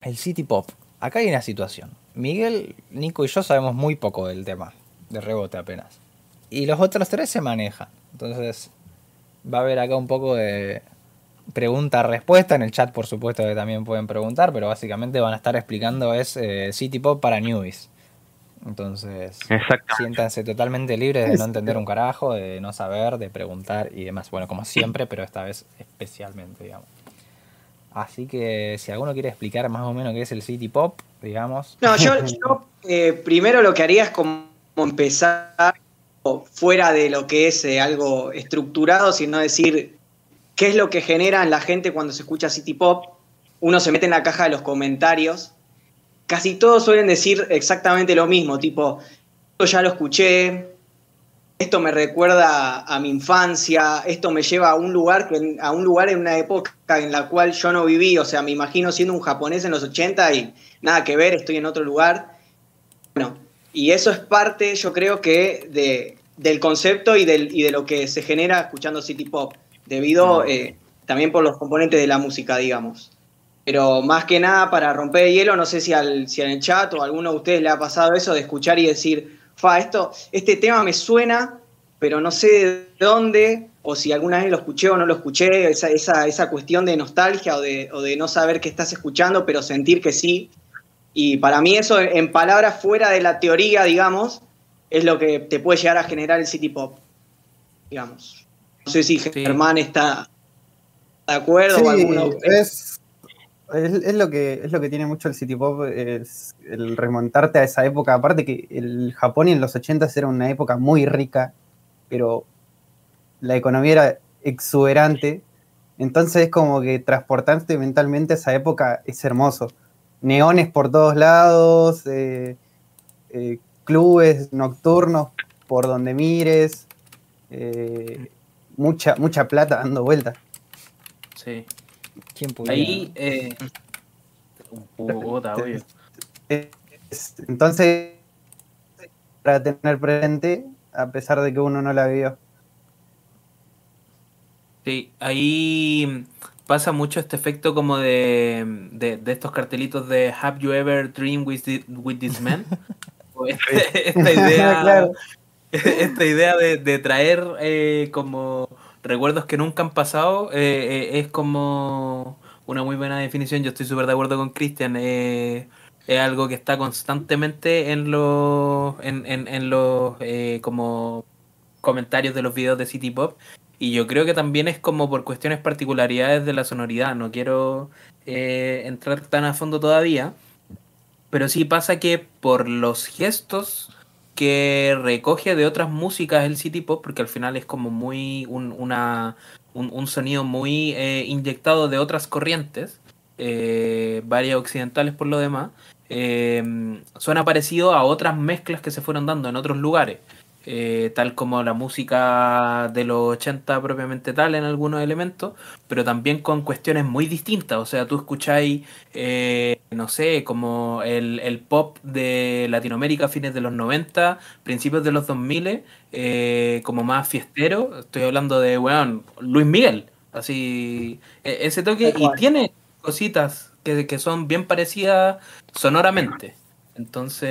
El City Pop. Acá hay una situación. Miguel, Nico y yo sabemos muy poco del tema. De rebote apenas. Y los otros tres se manejan. Entonces va a haber acá un poco de pregunta-respuesta. En el chat por supuesto que también pueden preguntar. Pero básicamente van a estar explicando es City Pop para newbies. Entonces Exactamente. siéntanse totalmente libres de ¿En no entender un serio? carajo. De no saber, de preguntar y demás. Bueno, como siempre, pero esta vez especialmente, digamos. Así que si alguno quiere explicar más o menos qué es el City Pop, digamos. No, primero lo que haría es como empezar fuera de lo que es algo estructurado, sino decir qué es lo que genera en la gente cuando se escucha City Pop. Uno se mete en la caja de los comentarios. Casi todos suelen decir exactamente lo mismo, tipo, esto ya lo escuché, esto me recuerda a mi infancia, esto me lleva a un lugar en una época en la cual yo no viví, o sea, me imagino siendo un japonés en los 80 y nada que ver, estoy en otro lugar. Bueno, y eso es parte, yo creo que, del concepto y de lo que se genera escuchando City Pop, debido también por los componentes de la música, digamos. Pero más que nada para romper el hielo, no sé si en el chat o a alguno de ustedes le ha pasado eso de escuchar y decir, este tema me suena, pero no sé de dónde, o si alguna vez lo escuché o no lo escuché, esa cuestión de nostalgia o de no saber qué estás escuchando, pero sentir que sí. Y para mí eso, en palabras fuera de la teoría, digamos, es lo que te puede llegar a generar el City Pop, digamos. No sé si Sí, Germán está de acuerdo o alguno de Sí, ustedes. es lo que tiene mucho el City Pop, es el remontarte a esa época. Aparte que el Japón en los 80 era una época muy rica, pero la economía era exuberante. Entonces es como que transportarte mentalmente a esa época es hermoso. Neones por todos lados, clubes nocturnos por donde mires, eh, mucha plata dando vueltas. sí. ¿Quién pudiera, no? Ahí, puta, obvio. Entonces, para tener presente, a pesar de que uno no la vivió. Sí, ahí pasa mucho este efecto como de estos cartelitos de Have you ever dreamed with this man? O esta idea, Claro. esta idea de traer como recuerdos que nunca han pasado es como una muy buena definición. Yo estoy súper de acuerdo con Christian. Es algo que está constantemente en los como comentarios de los videos de City Pop. Y yo creo que también es como por cuestiones particularidades de la sonoridad. No quiero entrar tan a fondo todavía, pero sí pasa que por los gestos que recoge de otras músicas el City Pop, porque al final es como muy un sonido muy inyectado de otras corrientes, varias occidentales por lo demás, suena parecido a otras mezclas que se fueron dando en otros lugares. Tal como la música de los 80 propiamente tal en algunos elementos, pero también con cuestiones muy distintas. O sea, tú escucháis no sé, como el pop de Latinoamérica a fines de los 90 principios de los 2000, como más fiestero. Estoy hablando de, weón, Luis Miguel, así, ese toque, Tal y cual. tiene cositas que son bien parecidas sonoramente. Entonces,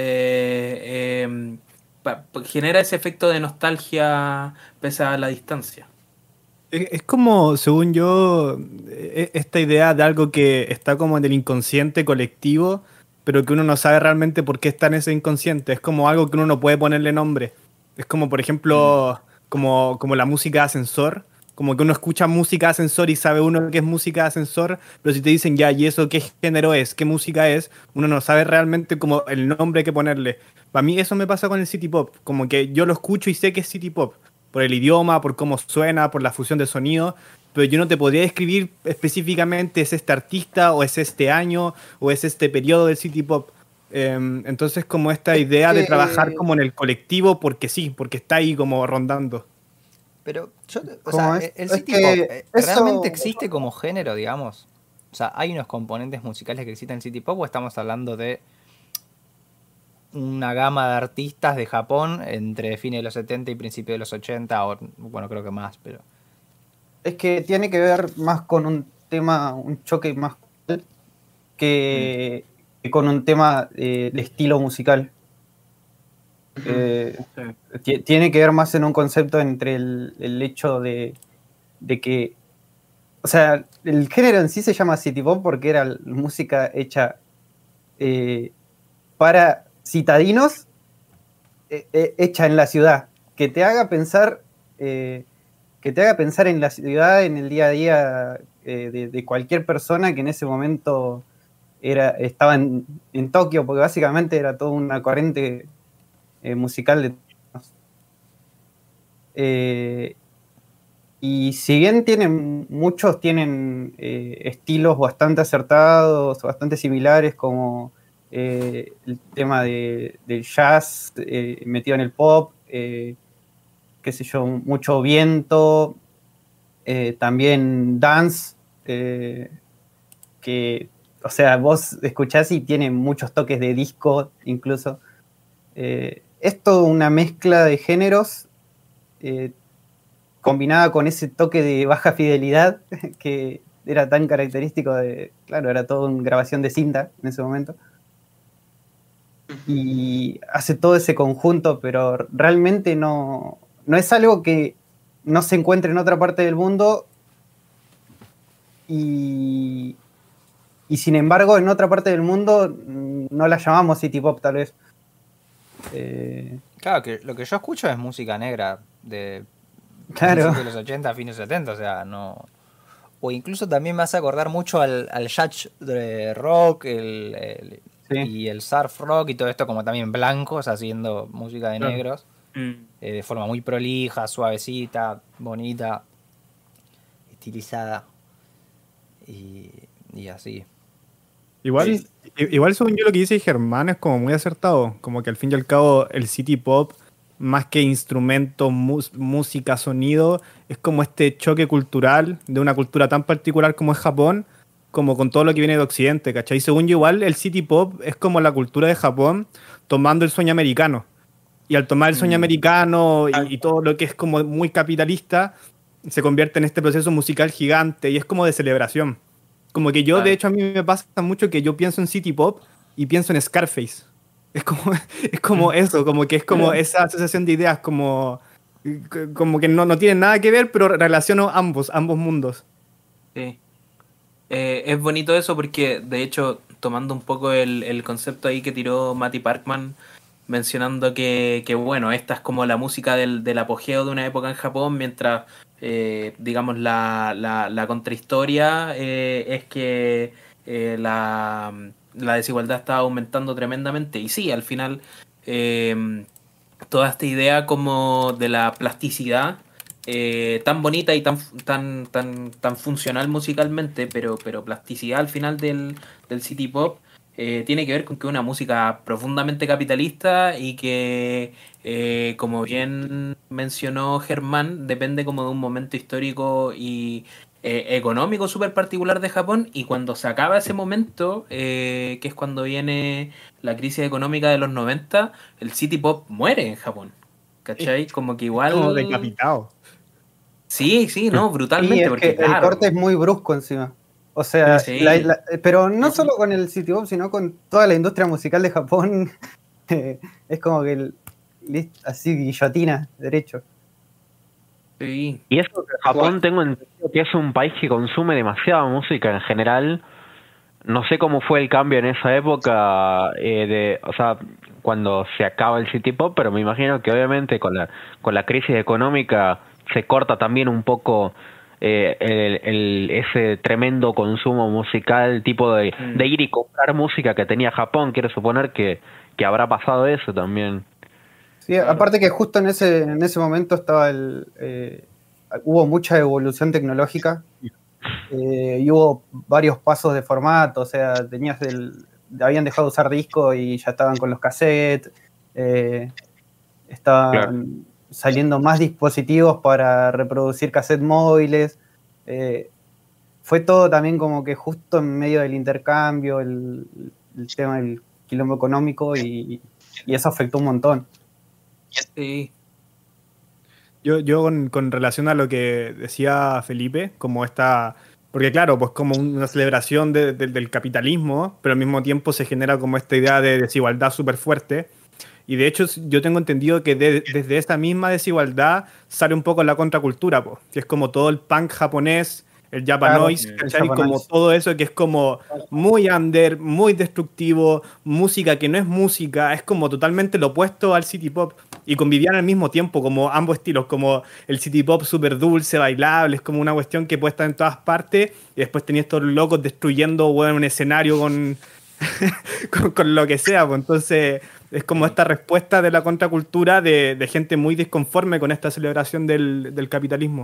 genera ese efecto de nostalgia pese a la distancia. Es como, según yo, esta idea de algo que está como en el inconsciente colectivo, pero que uno no sabe realmente por qué está en ese inconsciente. Es como algo que uno no puede ponerle nombre. Es como, por Mm. ejemplo, como la música de ascensor. Como que uno escucha música de ascensor y sabe uno que es música de ascensor, pero si te dicen ya, ¿y eso qué género es? ¿Qué música es? Uno no sabe realmente como el nombre que ponerle. Para mí eso me pasa con el City Pop. Como que yo lo escucho y sé que es City Pop por el idioma, por cómo suena, por la fusión de sonido, pero yo no te podría describir específicamente es este artista o es este año o es este periodo del City Pop. Entonces como esta Es idea de trabajar que, como en el colectivo porque sí, porque está ahí como rondando. Pero yo, o sea, ¿cómo es? el Es City Pop que realmente eso, existe como género, digamos. O sea, ¿hay unos componentes musicales que existen en City Pop o estamos hablando de una gama de artistas de Japón entre fines de los 70 y principios de los 80 o bueno, creo que más, pero es que tiene que ver más con un tema, un choque más que con un tema de estilo musical. Tiene que ver más en un concepto entre el hecho de que, o sea, el género en sí se llama City Pop porque era música hecha para citadinos, hecha en la ciudad, que te haga pensar en la ciudad, en el día a día de cualquier persona que en ese momento estaba en Tokio, porque básicamente era toda una corriente musical de y si bien muchos tienen estilos bastante acertados, bastante similares, como el tema del jazz metido en el pop, qué sé yo, mucho viento, también dance, que, o sea, vos escuchás y tiene muchos toques de disco incluso. Es toda una mezcla de géneros combinada con ese toque de baja fidelidad que era tan característico claro, era todo una grabación de cinta en ese momento. Y hace todo ese conjunto, pero realmente no es algo que no se encuentre en otra parte del mundo y sin embargo en otra parte del mundo no la llamamos City Pop tal vez. Claro, que lo que yo escucho es música negra de Claro. de los 80, fines 70, o sea, no... O incluso también me hace acordar mucho al jazz de rock Sí. y el surf rock y todo esto como también blancos haciendo música de Claro. negros de forma muy prolija, suavecita, bonita, estilizada y así. Igual, igual según yo lo que dice Germán es como muy acertado, como que al fin y al cabo el City Pop, más que instrumento, música, sonido, es como este choque cultural de una cultura tan particular como es Japón, como con todo lo que viene de Occidente, ¿cachai? Según yo igual el City Pop es como la cultura de Japón tomando el sueño americano. Y al tomar el sueño americano y todo lo que es como muy capitalista, se convierte en este proceso musical gigante y es como de celebración. Como que yo, de hecho, a mí me pasa mucho que yo pienso en City Pop y pienso en Scarface. Es como eso, como que es como esa asociación de ideas, como que no tienen nada que ver, pero relaciono ambos mundos. Sí. Es bonito eso porque, de hecho, tomando un poco el concepto ahí que tiró Matty Parkman, mencionando que bueno, esta es como la música del apogeo de una época en Japón, mientras, digamos, la contrahistoria es que la desigualdad está aumentando tremendamente. Y sí, al final, toda esta idea como de la plasticidad tan bonita y tan funcional musicalmente, pero plasticidad al final del City Pop tiene que ver con que es una música profundamente capitalista y que, como bien mencionó Germán, depende como de un momento histórico y económico súper particular de Japón, y cuando se acaba ese momento, que es cuando viene la crisis económica de los 90, el City Pop muere en Japón. ¿Cachai? Como que igual... Como decapitado. Sí, no, Y brutalmente, es porque que el claro. corte es muy brusco encima. O sea, Sí. pero no solo con el City Pop, sino con toda la industria musical de Japón. Es como que así guillotina, derecho. Sí. Y eso que Japón tengo entendido que es un país que consume demasiada música en general. No sé cómo fue el cambio en esa época, o sea, cuando se acaba el City Pop, pero me imagino que obviamente con la crisis económica se corta también un poco ese tremendo consumo musical, tipo de ir y comprar música que tenía Japón. Quiero suponer que habrá pasado eso también. Sí, aparte que justo en ese momento hubo mucha evolución tecnológica y hubo varios pasos de formato, o sea, habían dejado de usar disco y ya estaban con los cassettes, estaban saliendo más dispositivos para reproducir cassettes móviles, fue todo también como que justo en medio del intercambio, el tema del quilombo económico y eso afectó un montón. Sí. Yo con relación a lo que decía Felipe, como esta Porque claro, pues como una celebración del capitalismo, pero al mismo tiempo se genera como esta idea de desigualdad súper fuerte. Y de hecho yo tengo entendido que desde esa misma desigualdad sale un poco la contracultura, pues, que es como todo el punk japonés, el Japanoise, Claro, ¿cachai? el Como Japanoise. todo eso que es como muy under, muy destructivo, música que no es música, es como totalmente lo opuesto al city pop. Y convivían al mismo tiempo, como ambos estilos, como el city pop súper dulce, bailable, es como una cuestión que puede estar en todas partes, y después tenía estos locos destruyendo, bueno, un escenario con, con lo que sea, pues entonces es como esta respuesta de la contracultura de gente muy disconforme con esta celebración del capitalismo.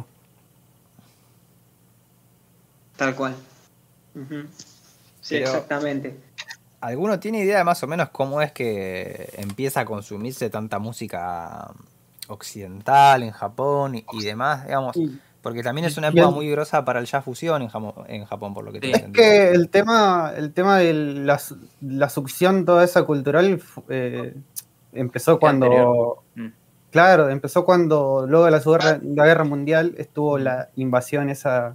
Tal cual. Ujú. Sí, Pero- exactamente. ¿Alguno tiene idea de más o menos cómo es que empieza a consumirse tanta música occidental en Japón y demás? Digamos, Sí. porque también es una Y época el- muy grosa para el jazz fusión en Japón, por lo que Sí. tengo Es entendido. que el tema de la succión toda esa cultural empezó cuando, Mm. claro, empezó cuando luego de la guerra mundial estuvo la invasión esa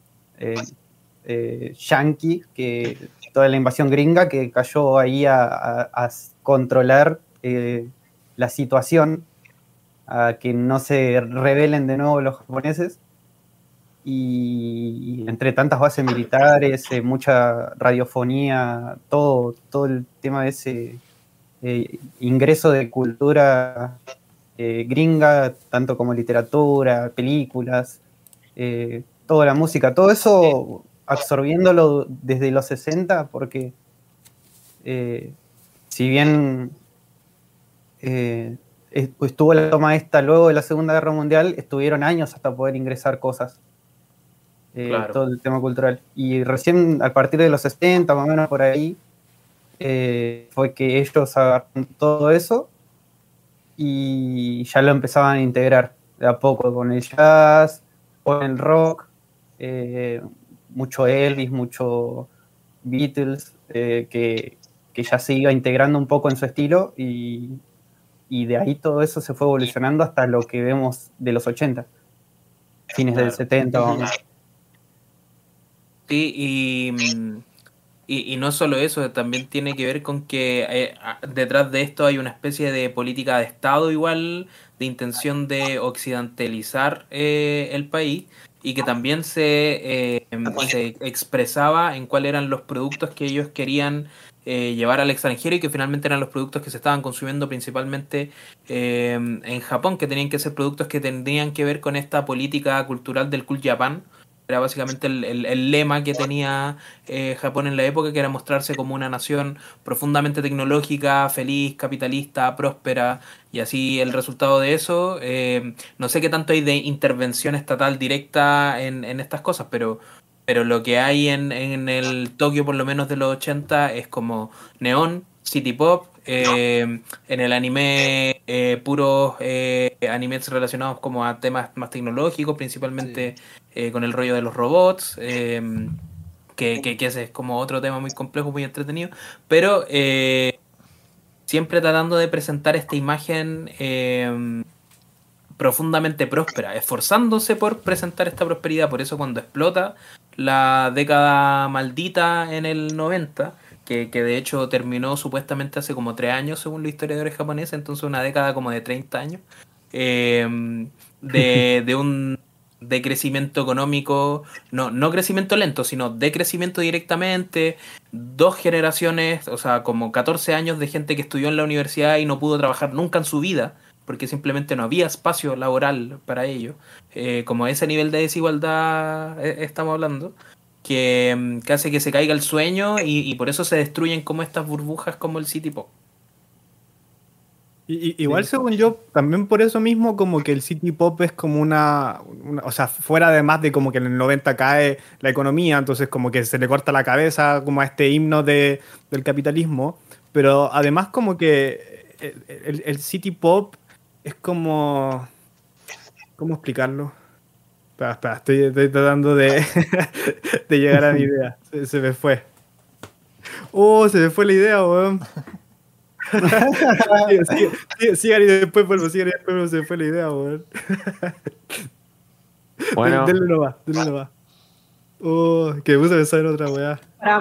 yanqui, que toda la invasión gringa que cayó ahí a controlar la situación, a que no se rebelen de nuevo los japoneses. Y entre tantas bases militares, mucha radiofonía, todo el tema de ese ingreso de cultura gringa, tanto como literatura, películas, toda la música, todo eso absorbiéndolo desde los 60, porque si bien estuvo la toma esta luego de la Segunda Guerra Mundial, estuvieron años hasta poder ingresar cosas. Claro. Todo el tema cultural. Y recién a partir de los 60, más o menos por ahí, fue que ellos agarraron todo eso y ya lo empezaban a integrar de a poco con el jazz, con el rock, mucho Elvis, mucho Beatles, que ya se iba integrando un poco en su estilo y de ahí todo eso se fue evolucionando hasta lo que vemos de los 80, fines del Claro. 70. más o menos. Sí, y no solo eso, también tiene que ver con que detrás de esto hay una especie de política de Estado igual, de intención de occidentalizar el país y que también se expresaba en cuáles eran los productos que ellos querían llevar al extranjero y que finalmente eran los productos que se estaban consumiendo principalmente en Japón, que tenían que ser productos que tendrían que ver con esta política cultural del Cool Japan. Era básicamente el lema que tenía Japón en la época, que era mostrarse como una nación profundamente tecnológica, feliz, capitalista, próspera, y así el resultado de eso, no sé qué tanto hay de intervención estatal directa en estas cosas, pero lo que hay en el Tokio, por lo menos de los 80, es como neón, city pop, en el anime, puros animes relacionados como a temas más tecnológicos, principalmente con el rollo de los robots, que ese es como otro tema muy complejo, muy entretenido, pero siempre tratando de presentar esta imagen profundamente próspera, esforzándose por presentar esta prosperidad. Por eso cuando explota la década maldita en el 90, que de hecho terminó supuestamente hace como 3 años según los historiadores japoneses, entonces una década como de 30 años, de un decrecimiento económico, no crecimiento lento, sino decrecimiento directamente, 2 generaciones, o sea, como 14 años de gente que estudió en la universidad y no pudo trabajar nunca en su vida, porque simplemente no había espacio laboral para ello, como ese nivel de desigualdad estamos hablando, que hace que se caiga el sueño y por eso se destruyen como estas burbujas como el City Pop. Igual según yo, también por eso mismo como que el city pop es como o sea, fuera además de como que en el 90 cae la economía, entonces como que se le corta la cabeza como a este himno del capitalismo, pero además como que el city pop es como... ¿Cómo explicarlo? Espera, estoy tratando de, de llegar a mi idea. Se me fue. Oh, se me fue la idea, weón. Sigan y después vuelvo, se me fue la idea, weón. Bueno, Denle nomás. Oh, que me puse a pensar en otra weá.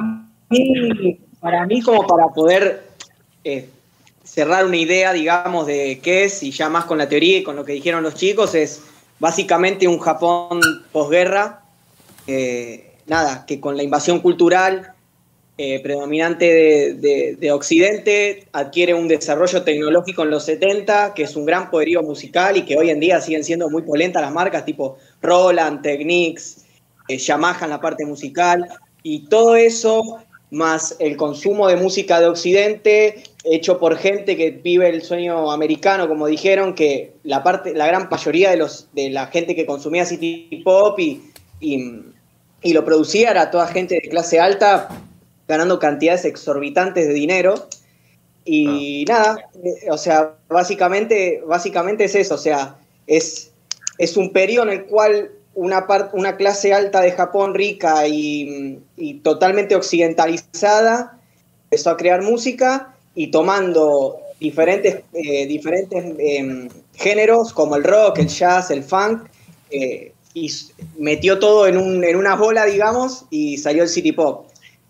Para mí como para poder cerrar una idea, digamos, de qué es, y ya más con la teoría y con lo que dijeron los chicos, es básicamente un Japón posguerra, nada, que con la invasión cultural predominante de Occidente adquiere un desarrollo tecnológico en los 70, que es un gran poderío musical y que hoy en día siguen siendo muy polentas las marcas tipo Roland, Technics, Yamaha en la parte musical, y todo eso más el consumo de música de Occidente hecho por gente que vive el sueño americano, como dijeron, que la gran mayoría de la gente que consumía City Pop y lo producía era toda gente de clase alta ganando cantidades exorbitantes de dinero. Y nada, o sea, básicamente es eso, o sea, es un periodo en el cual una clase alta de Japón rica y totalmente occidentalizada empezó a crear música y tomando diferentes géneros como el rock, el jazz, el funk, y metió todo en una bola, digamos, y salió el city pop.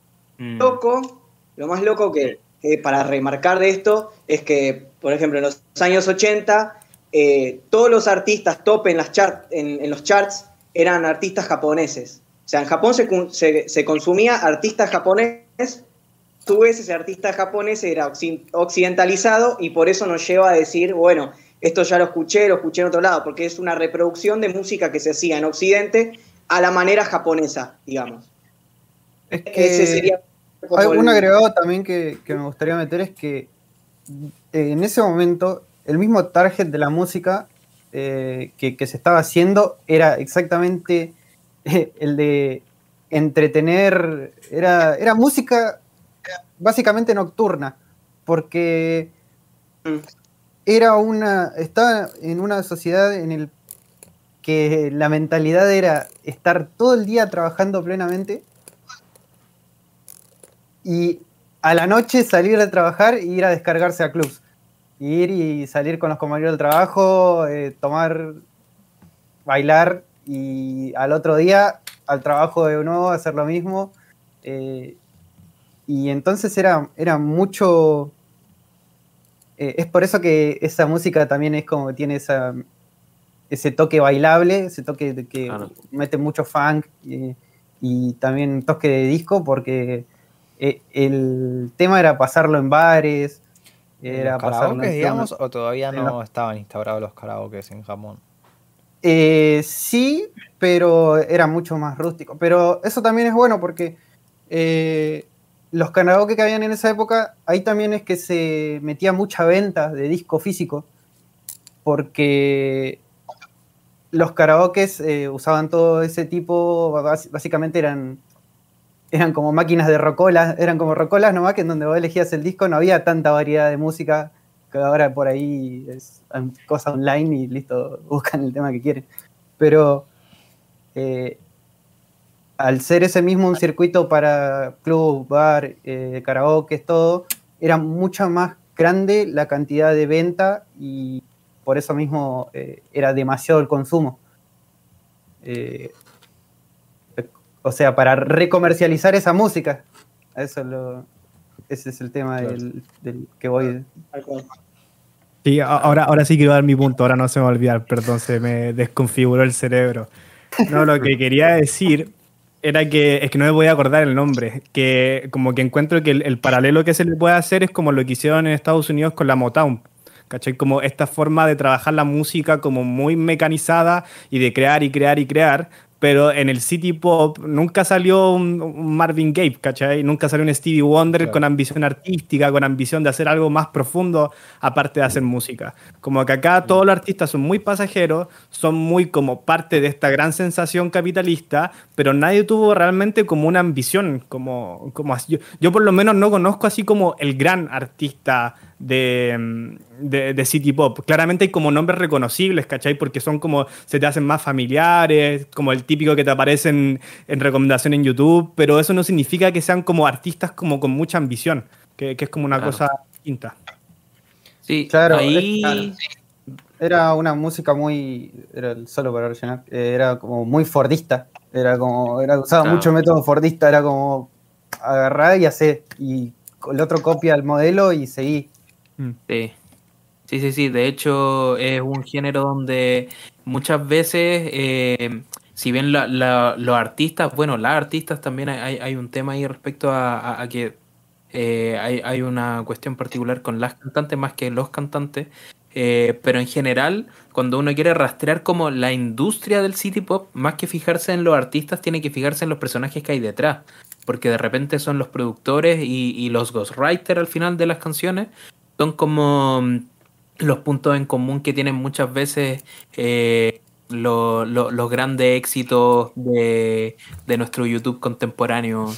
Lo más loco que para remarcar de esto es que, por ejemplo, en los años 80, todos los artistas top en los charts eran artistas japoneses. O sea, en Japón se consumía artistas japoneses, a su vez ese artista japonés era occidentalizado y por eso nos lleva a decir, bueno, esto ya lo escuché en otro lado, porque es una reproducción de música que se hacía en Occidente a la manera japonesa, digamos. Es que ese sería hay un agregado también que me gustaría meter, es que en ese momento el mismo target de la música que se estaba haciendo era exactamente el de entretener, era música básicamente nocturna, porque estaba en una sociedad en el que la mentalidad era estar todo el día trabajando plenamente y a la noche salir de trabajar e ir a descargarse a clubs. Ir y salir con los compañeros del trabajo, tomar, bailar y al otro día al trabajo de nuevo hacer lo mismo. Y entonces era mucho... es por eso que esa música también es como que tiene ese toque bailable, ese toque de que mete mucho funk y también toque de disco, porque el tema era pasarlo en bares, era ¿Los pasarlo karaokes, en digamos, o todavía no estaban instaurados los karaokes en Japón? Sí, pero era mucho más rústico. Pero eso también es bueno porque los karaoke que habían en esa época, ahí también es que se metía mucha venta de disco físico, porque los karaokes usaban todo ese tipo, básicamente eran como máquinas de rocolas, eran como rocolas nomás, que en donde vos elegías el disco no había tanta variedad de música, que ahora por ahí es cosa online y listo, buscan el tema que quieren. Pero al ser ese mismo un circuito para club, bar, karaoke, todo, era mucho más grande la cantidad de venta y por eso mismo era demasiado el consumo. O sea, para recomercializar esa música. Ese es el tema del que voy. Sí, ahora sí quiero dar mi punto, ahora no se me va a olvidar, perdón, se me desconfiguró el cerebro. No, lo que quería decir era que es que no me voy a acordar el nombre, que como que encuentro que el paralelo que se le puede hacer es como lo que hicieron en Estados Unidos con la Motown. ¿Cachai? Como esta forma de trabajar la música como muy mecanizada y de crear y crear y crear, pero en el City Pop nunca salió un Marvin Gaye, ¿cachai? Nunca salió un Stevie Wonder con ambición artística, con ambición de hacer algo más profundo aparte de hacer música. Como que acá todos los artistas son muy pasajeros, son muy como parte de esta gran sensación capitalista, pero nadie tuvo realmente como una ambición, como así. Yo por lo menos no conozco así como el gran artista de City Pop. Claramente hay como nombres reconocibles, ¿cachai? Porque son como, se te hacen más familiares, como el típico que te aparece en recomendación en YouTube, pero eso no significa que sean como artistas como con mucha ambición, que es como una cosa distinta. Sí, Claro, ahí... era una música muy, solo para rellenar, era como muy fordista, Usaba Claro. mucho método fordista, era como agarrar y hacer, y el otro copia el modelo y seguí. Sí. Sí. De hecho, es un género donde muchas veces, si bien los artistas, bueno, las artistas también hay un tema ahí respecto a que hay una cuestión particular con las cantantes más que los cantantes, pero en general, cuando uno quiere rastrear como la industria del city pop, más que fijarse en los artistas, tiene que fijarse en los personajes que hay detrás, porque de repente son los productores y los ghostwriters al final de las canciones, son como los puntos en común que tienen muchas veces los grandes éxitos de nuestro YouTube contemporáneo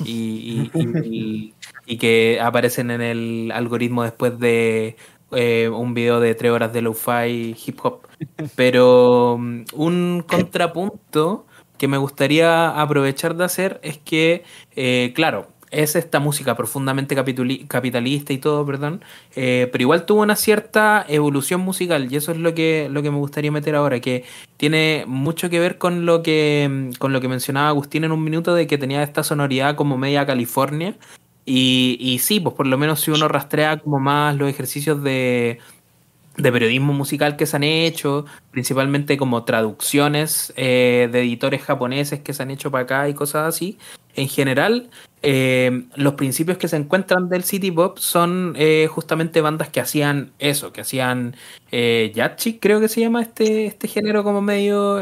y que aparecen en el algoritmo después de un video de 3 horas de lo-fi hip hop. Pero un contrapunto que me gustaría aprovechar de hacer es que, claro, es esta música profundamente capitalista y todo, perdón, pero igual tuvo una cierta evolución musical y eso es lo que me gustaría meter ahora, que tiene mucho que ver con lo que mencionaba Agustín en un minuto de que tenía esta sonoridad como media California y sí, pues por lo menos si uno rastrea como más los ejercicios de periodismo musical que se han hecho, principalmente como traducciones de editores japoneses que se han hecho para acá y cosas así. En general, los principios que se encuentran del City Pop son justamente bandas que hacían eso, que hacían Yachi, creo que se llama este género como medio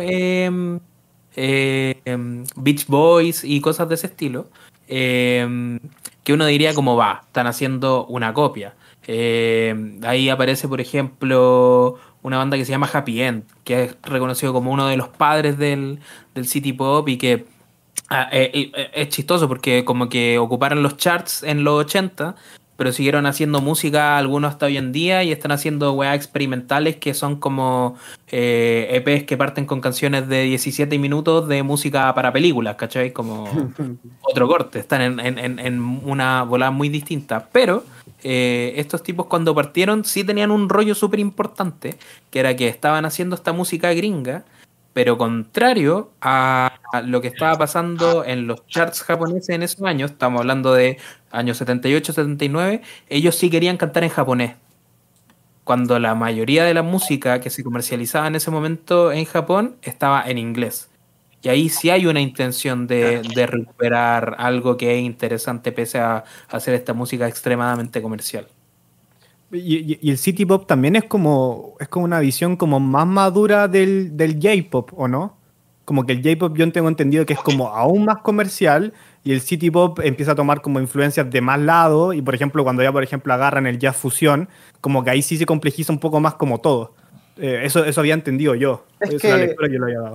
Beach Boys y cosas de ese estilo, que uno diría como va, están haciendo una copia. Ahí aparece, por ejemplo, una banda que se llama Happy End, que es reconocido como uno de los padres del City Pop y que es chistoso porque como que ocuparon los charts en los 80, pero siguieron haciendo música algunos hasta hoy en día y están haciendo weas experimentales que son como EPs que parten con canciones de 17 minutos de música para películas, ¿cachai? Como otro corte, están en una volada muy distinta, pero estos tipos cuando partieron sí tenían un rollo súper importante, que era que estaban haciendo esta música gringa, pero contrario a lo que estaba pasando en los charts japoneses en esos años, estamos hablando de años 78, 79, ellos sí querían cantar en japonés, cuando la mayoría de la música que se comercializaba en ese momento en Japón estaba en inglés. Y ahí sí hay una intención de recuperar algo que es interesante pese a hacer esta música extremadamente comercial. Y el City Pop también es como una visión como más madura del J-Pop, ¿o no? Como que el J-Pop yo tengo entendido que es como aún más comercial y el City Pop empieza a tomar como influencias de más lado y por ejemplo cuando ya por ejemplo agarran el jazz fusión, como que ahí sí se complejiza un poco más como todo. Eso había entendido yo. Es Es una que lectura que yo le había dado.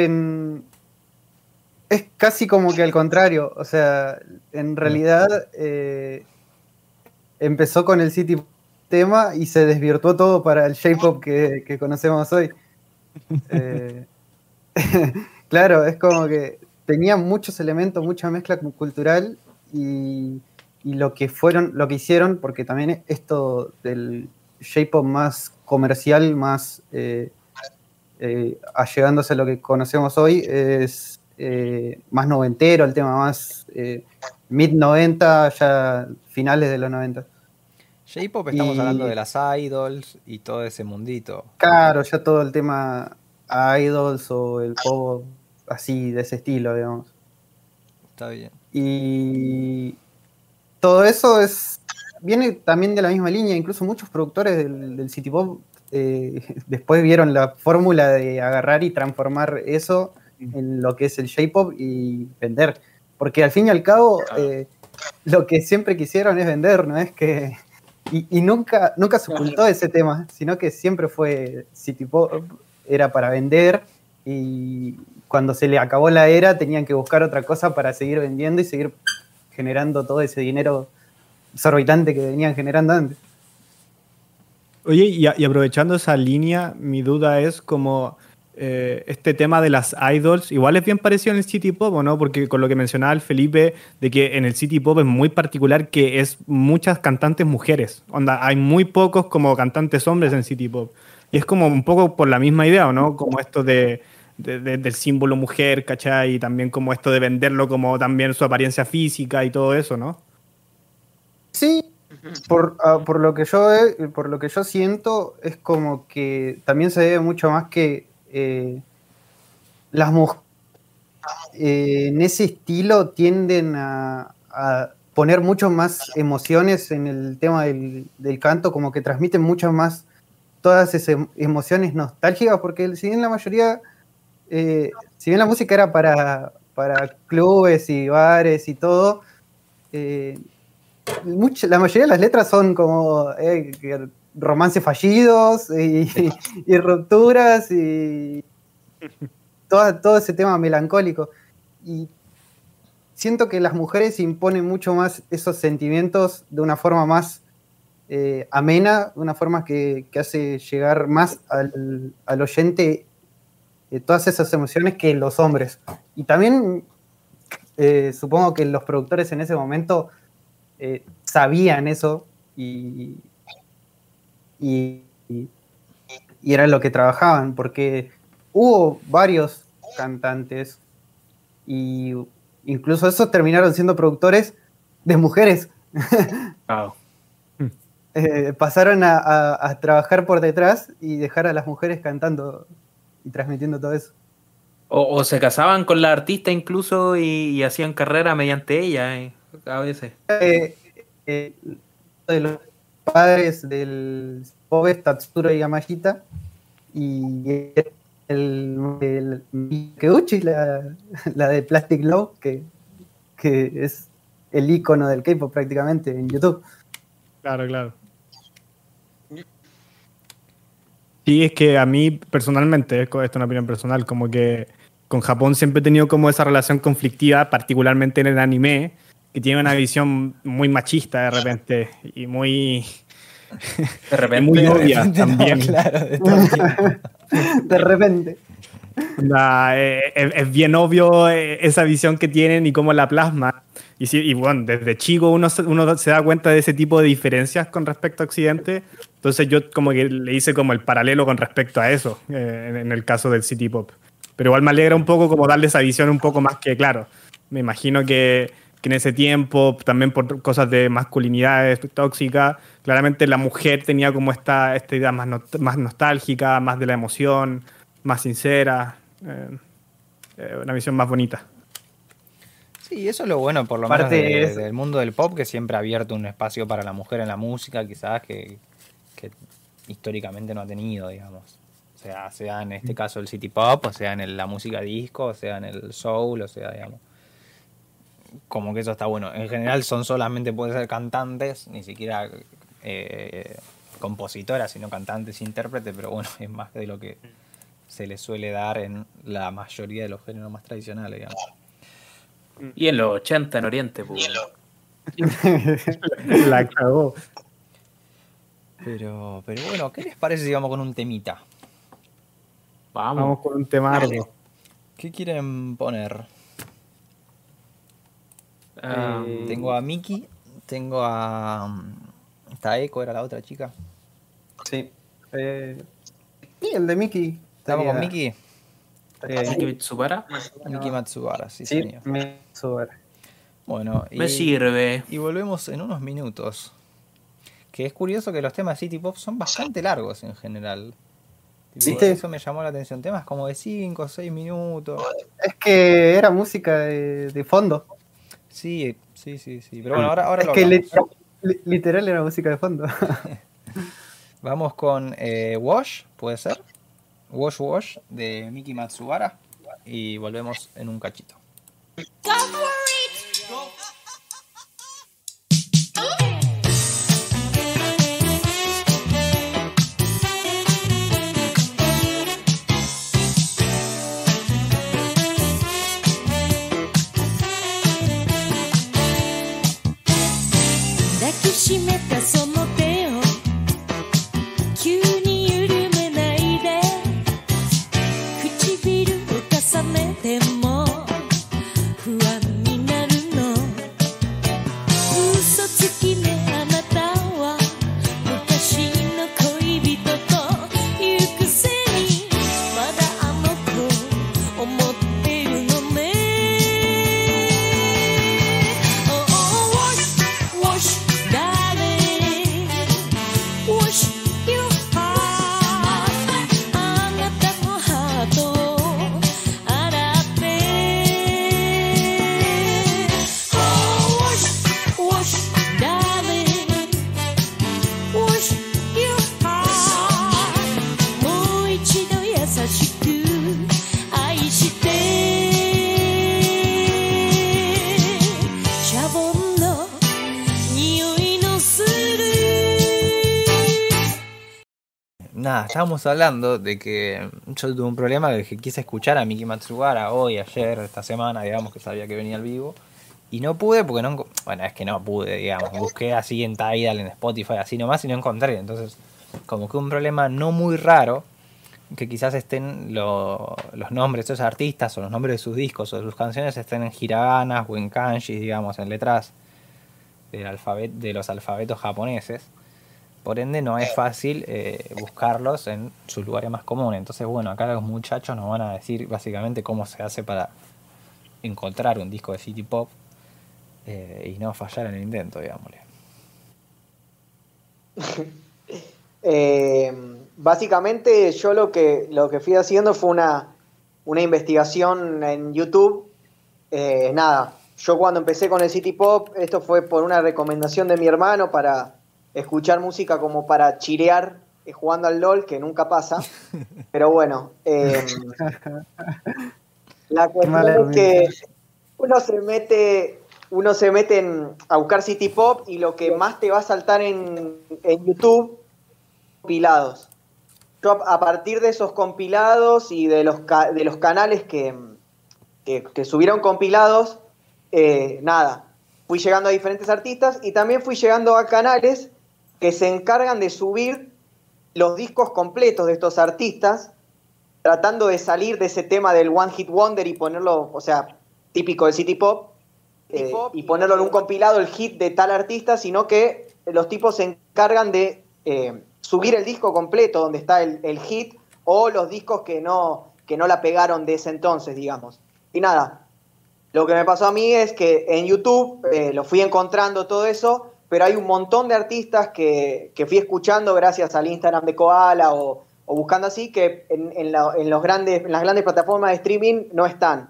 Es casi como que al contrario, o sea, en realidad empezó con el City tema y se desvirtuó todo para el J-Pop que conocemos hoy. Claro, es como que tenía muchos elementos, mucha mezcla cultural y lo que hicieron, porque también esto del J-Pop más comercial, más allegándose a lo que conocemos hoy, es más noventero, el tema más mid 90, ya finales de los 90. J-pop estamos hablando de las idols y todo ese mundito. Claro, ya todo el tema idols o el pop así de ese estilo, digamos. Está bien. Y todo eso viene también de la misma línea, incluso muchos productores del City Pop después vieron la fórmula de agarrar y transformar eso en lo que es el J-Pop y vender. Porque al fin y al cabo, lo que siempre quisieron es vender, ¿no? Es que. Y nunca se ocultó ese tema, sino que siempre fue City Pop, era para vender, y cuando se le acabó la era tenían que buscar otra cosa para seguir vendiendo y seguir generando todo ese dinero exorbitante que venían generando antes. Oye, y aprovechando esa línea, mi duda es como este tema de las idols, igual es bien parecido en el City Pop, ¿o no? Porque con lo que mencionaba el Felipe, de que en el City Pop es muy particular que es muchas cantantes mujeres. Onda, hay muy pocos como cantantes hombres en City Pop. Y es como un poco por la misma idea, ¿o no? Como esto de del símbolo mujer, ¿cachai? Y también como esto de venderlo como también su apariencia física y todo eso, ¿no? Sí, por lo que yo siento, es como que también se debe mucho más que las mujeres en ese estilo tienden a poner mucho más emociones en el tema del canto, como que transmiten mucho más todas esas emociones nostálgicas, porque si bien la mayoría, si bien la música era para clubes y bares y todo, la mayoría de las letras son como romances fallidos y rupturas y todo ese tema melancólico. Y siento que las mujeres imponen mucho más esos sentimientos de una forma más amena, de una forma que hace llegar más al oyente todas esas emociones que los hombres. Y también supongo que los productores en ese momento sabían eso y era lo que trabajaban, porque hubo varios cantantes y incluso esos terminaron siendo productores de mujeres. Wow. Pasaron a trabajar por detrás y dejar a las mujeres cantando y transmitiendo todo eso. O se casaban con la artista incluso y hacían carrera mediante ella, a veces. De los padres del Pobe, Tatsuro y Yamashita, y el Mikeuchi, la de Plastic Love, que es el icono del K-pop prácticamente en YouTube. Claro. Sí, es que a mí personalmente, esto es una opinión personal, como que con Japón siempre he tenido como esa relación conflictiva, particularmente en el anime, que tiene una visión muy machista de repente y muy... De repente. muy obvia también. No, claro, de todo el tiempo. De repente. Es bien obvio esa visión que tienen y cómo la plasma. Y bueno, desde chico uno se da cuenta de ese tipo de diferencias con respecto a Occidente. Entonces yo como que le hice como el paralelo con respecto a eso, en el caso del City Pop. Pero igual me alegra un poco como darle esa visión un poco más que, claro, me imagino que en ese tiempo, también por cosas de masculinidad tóxica, claramente la mujer tenía como esta idea más nostálgica, más de la emoción, más sincera, una visión más bonita. Sí, eso es lo bueno, por lo menos del mundo del pop, que siempre ha abierto un espacio para la mujer en la música, quizás que históricamente no ha tenido, digamos. O sea en este caso el city pop, o sea en la música disco, o sea en el soul, o sea, digamos. Como que eso está bueno. En general solamente pueden ser cantantes, ni siquiera compositoras, sino cantantes, intérpretes, pero bueno, es más de lo que se les suele dar en la mayoría de los géneros más tradicionales, digamos. Y en los 80 en Oriente, pues. La cagó. Pero bueno, ¿qué les parece si vamos con un temita? Vamos con un tema largo. ¿Qué quieren poner? Tengo a Miki, tengo a... Taeko era la otra chica. Sí. Y el de Miki. ¿Estamos con Miki? ¿Miki Matsubara? Miki Matsubara, sí, Sí, señor. Matsubara. Bueno, Me sirve. Y volvemos en unos minutos. Que es curioso que los temas City Pop son bastante largos en general. Sí. Eso me llamó la atención. Temas como de 5 o 6 minutos. Es que era música de fondo. Sí. Pero bueno, ahora es lo que hablamos. literal era música de fondo. Vamos con Wash, ¿puede ser? Wash de Miki Matsubara. Y volvemos en un cachito. nada, estábamos hablando de que yo tuve un problema de que quise escuchar a Miki Matsubara hoy, ayer, esta semana, digamos, que sabía que venía al vivo. Y no pude porque no... Bueno, es que no pude, digamos. Busqué así en Tidal, en Spotify, así nomás y no encontré. Entonces, como que un problema no muy raro, que quizás estén los nombres de esos artistas o los nombres de sus discos o de sus canciones estén en hiraganas o en kanjis, digamos, en letras de los alfabetos japoneses. Por ende, no es fácil buscarlos en sus lugares más comunes. Entonces, bueno, acá los muchachos nos van a decir básicamente cómo se hace para encontrar un disco de City Pop y no fallar en el intento, digámosle. Básicamente yo lo que fui haciendo fue una investigación en YouTube. Nada, yo cuando empecé con el City Pop, esto fue por una recomendación de mi hermano para escuchar música como para chirear jugando al LOL, que nunca pasa. Pero bueno, la cuestión es que uno se mete a buscar City Pop y lo que más te va a saltar en YouTube, compilados. Yo a partir de esos compilados y de los canales que subieron compilados, nada, fui llegando a diferentes artistas y también fui llegando a canales que se encargan de subir los discos completos de estos artistas, tratando de salir de ese tema del One Hit Wonder y ponerlo, o sea, típico del City Pop, y ponerlo en un compilado, el hit de tal artista, sino que los tipos se encargan de subir el disco completo donde está el hit o los discos que no la pegaron de ese entonces, digamos. Y nada, lo que me pasó a mí es que en YouTube lo fui encontrando todo eso, pero hay un montón de artistas que fui escuchando gracias al Instagram de Koala o buscando así, que en las grandes plataformas de streaming no están.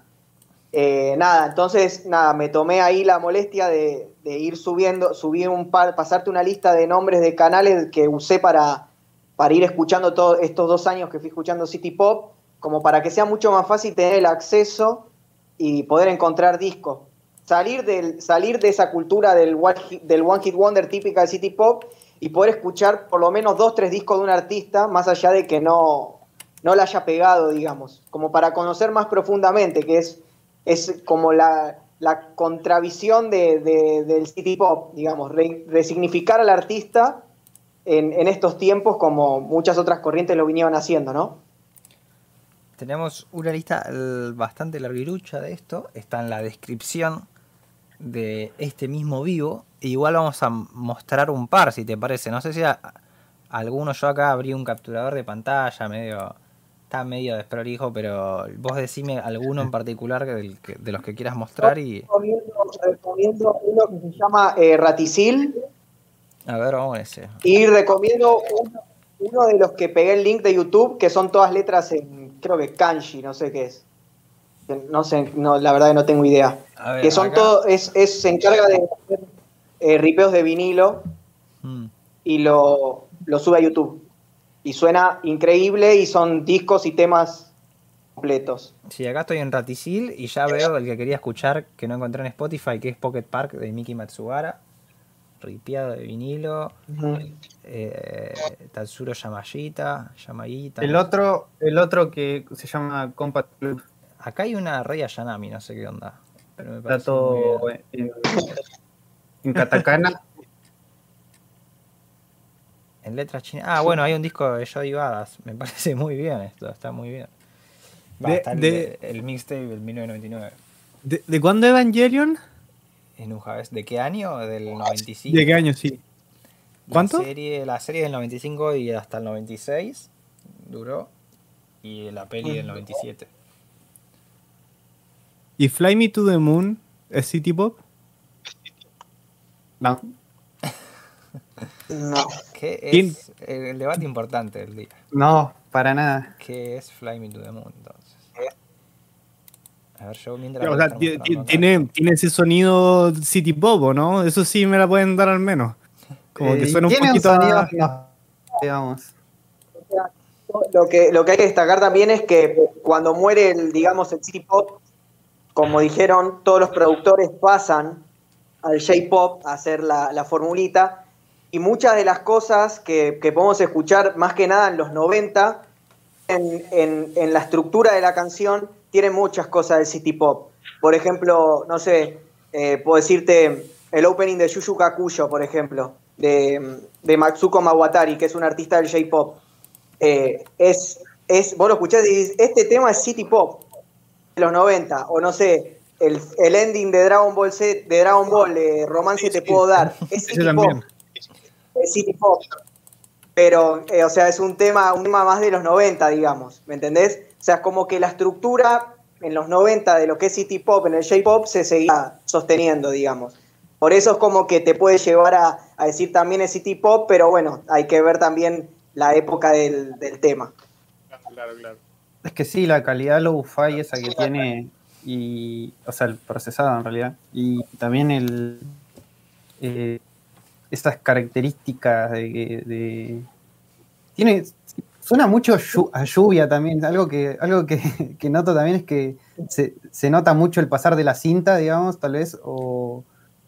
Entonces, me tomé ahí la molestia de ir subí pasarte una lista de nombres de canales que usé para ir escuchando todos estos 2 años que fui escuchando City Pop, como para que sea mucho más fácil tener el acceso y poder encontrar discos. Salir de esa cultura del One Hit Wonder típica de City Pop y poder escuchar por lo menos 2-3 discos de un artista, más allá de que no la haya pegado, digamos, como para conocer más profundamente, que es como la contravisión del City Pop, digamos, resignificar al artista en estos tiempos como muchas otras corrientes lo vinieron haciendo, ¿no? Tenemos una lista bastante larguirucha de esto, está en la descripción de este mismo vivo. Igual vamos a mostrar un par, si te parece. No sé si alguno, yo acá abrí un capturador de pantalla, está medio desprolijo, pero vos decime alguno en particular de los que quieras mostrar. Y recomiendo uno que se llama Raticil. A ver, vamos a ese. Y recomiendo uno de los que pegué el link de YouTube, que son todas letras en, creo que kanji, no sé qué es. No sé, la verdad que no tengo idea. A ver, que son todo, se encarga de hacer ripeos de vinilo y lo sube a YouTube. Y suena increíble y son discos y temas completos. Sí, acá estoy en Raticil y ya veo el que quería escuchar que no encontré en Spotify, que es Pocket Park de Miki Matsubara. Ripiado de vinilo. Tatsuro Yamagita. El otro que se llama Compact Club. Acá hay una Rey Ayanami, no sé qué onda. Pero me está todo en katakana. En letras chinas. Bueno, hay un disco de Jody Badass. Me parece muy bien esto, está muy bien. El mixtape del 1999. ¿De cuándo Evangelion? ¿De qué año? ¿Del 95? ¿De qué año, sí? ¿Cuánto? La serie del 95 y hasta el 96 duró. Y la peli del 97. ¿Y Fly Me to the Moon es City Pop? No. No. ¿Qué es el debate importante del día? No, para nada. ¿Qué es Fly Me to the Moon, entonces? A ver, yo mientras... O sea, tiene ese sonido City Pop, ¿no? Eso sí me la pueden dar al menos. Como que suena un poquito... digamos. Lo que hay que destacar también es que cuando muere el City Pop, como dijeron, todos los productores pasan al J-Pop a hacer la formulita, y muchas de las cosas que podemos escuchar más que nada en los 90, en la estructura de la canción, tienen muchas cosas del City Pop. Por ejemplo, no sé, puedo decirte el opening de Yu Yu Hakusho, por ejemplo, de Matsuko Mawatari, que es un artista del J-Pop. Vos lo escuchás y dices, este tema es City Pop de los 90, o no sé, el ending de Dragon Ball Z, de Dragon Ball, Romance Te Puedo Dar, es City Pop. Es City Pop. Pero, o sea, es un tema más de los 90, digamos, ¿me entendés? O sea, es como que la estructura en los 90 de lo que es City Pop, en el J-Pop, se seguía sosteniendo, digamos. Por eso es como que te puede llevar a decir también es City Pop, pero bueno, hay que ver también la época del tema. Claro. Es que sí, la calidad low-fi esa que tiene, o sea, el procesado en realidad, y también esas características suena mucho a lluvia también. Algo que noto también es que se nota mucho el pasar de la cinta, digamos, tal vez, o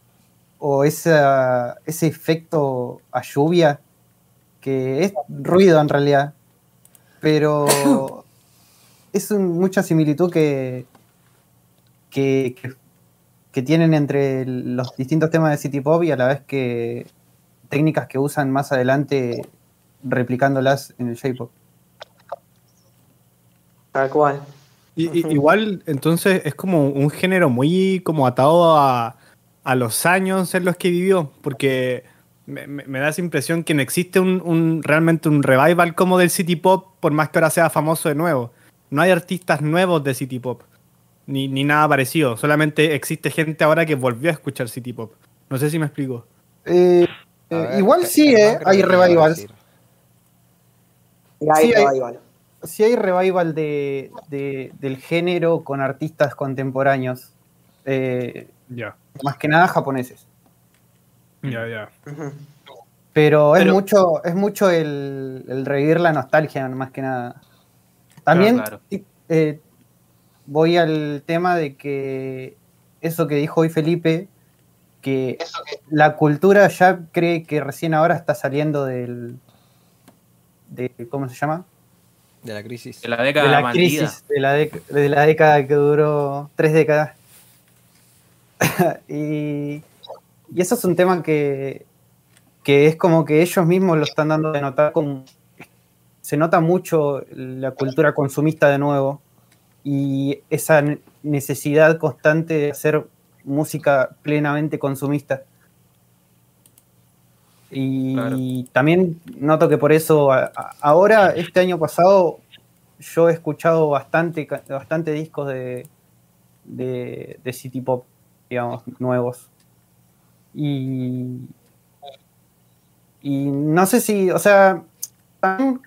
ese efecto a lluvia, que es ruido en realidad, pero es mucha similitud que tienen entre los distintos temas de City Pop y a la vez que técnicas que usan más adelante replicándolas en el J-Pop. Tal cual. Igual, entonces, es como un género muy como atado a los años en los que vivió, porque me da esa impresión que no existe realmente un revival como del City Pop, por más que ahora sea famoso de nuevo. No hay artistas nuevos de City Pop, ni nada parecido. Solamente existe gente ahora que volvió a escuchar City Pop. No sé si me explico. Igual sí, hay revivals. Sí hay revival del género con artistas contemporáneos. Ya. Más que nada japoneses. Ya. Pero es mucho el revivir la nostalgia, más que nada. También Claro. voy al tema de que eso que dijo hoy Felipe, que la cultura ya cree que recién ahora está saliendo ¿cómo se llama? De la crisis. De la década maldita. Crisis, de la década que duró 3 décadas. y eso es un tema que es como que ellos mismos lo están dando de notar. Se nota mucho la cultura consumista de nuevo y esa necesidad constante de hacer música plenamente consumista. Y Claro. también noto que por eso ahora, este año pasado, yo he escuchado bastante discos de City Pop, digamos, nuevos. Y no sé si, o sea, también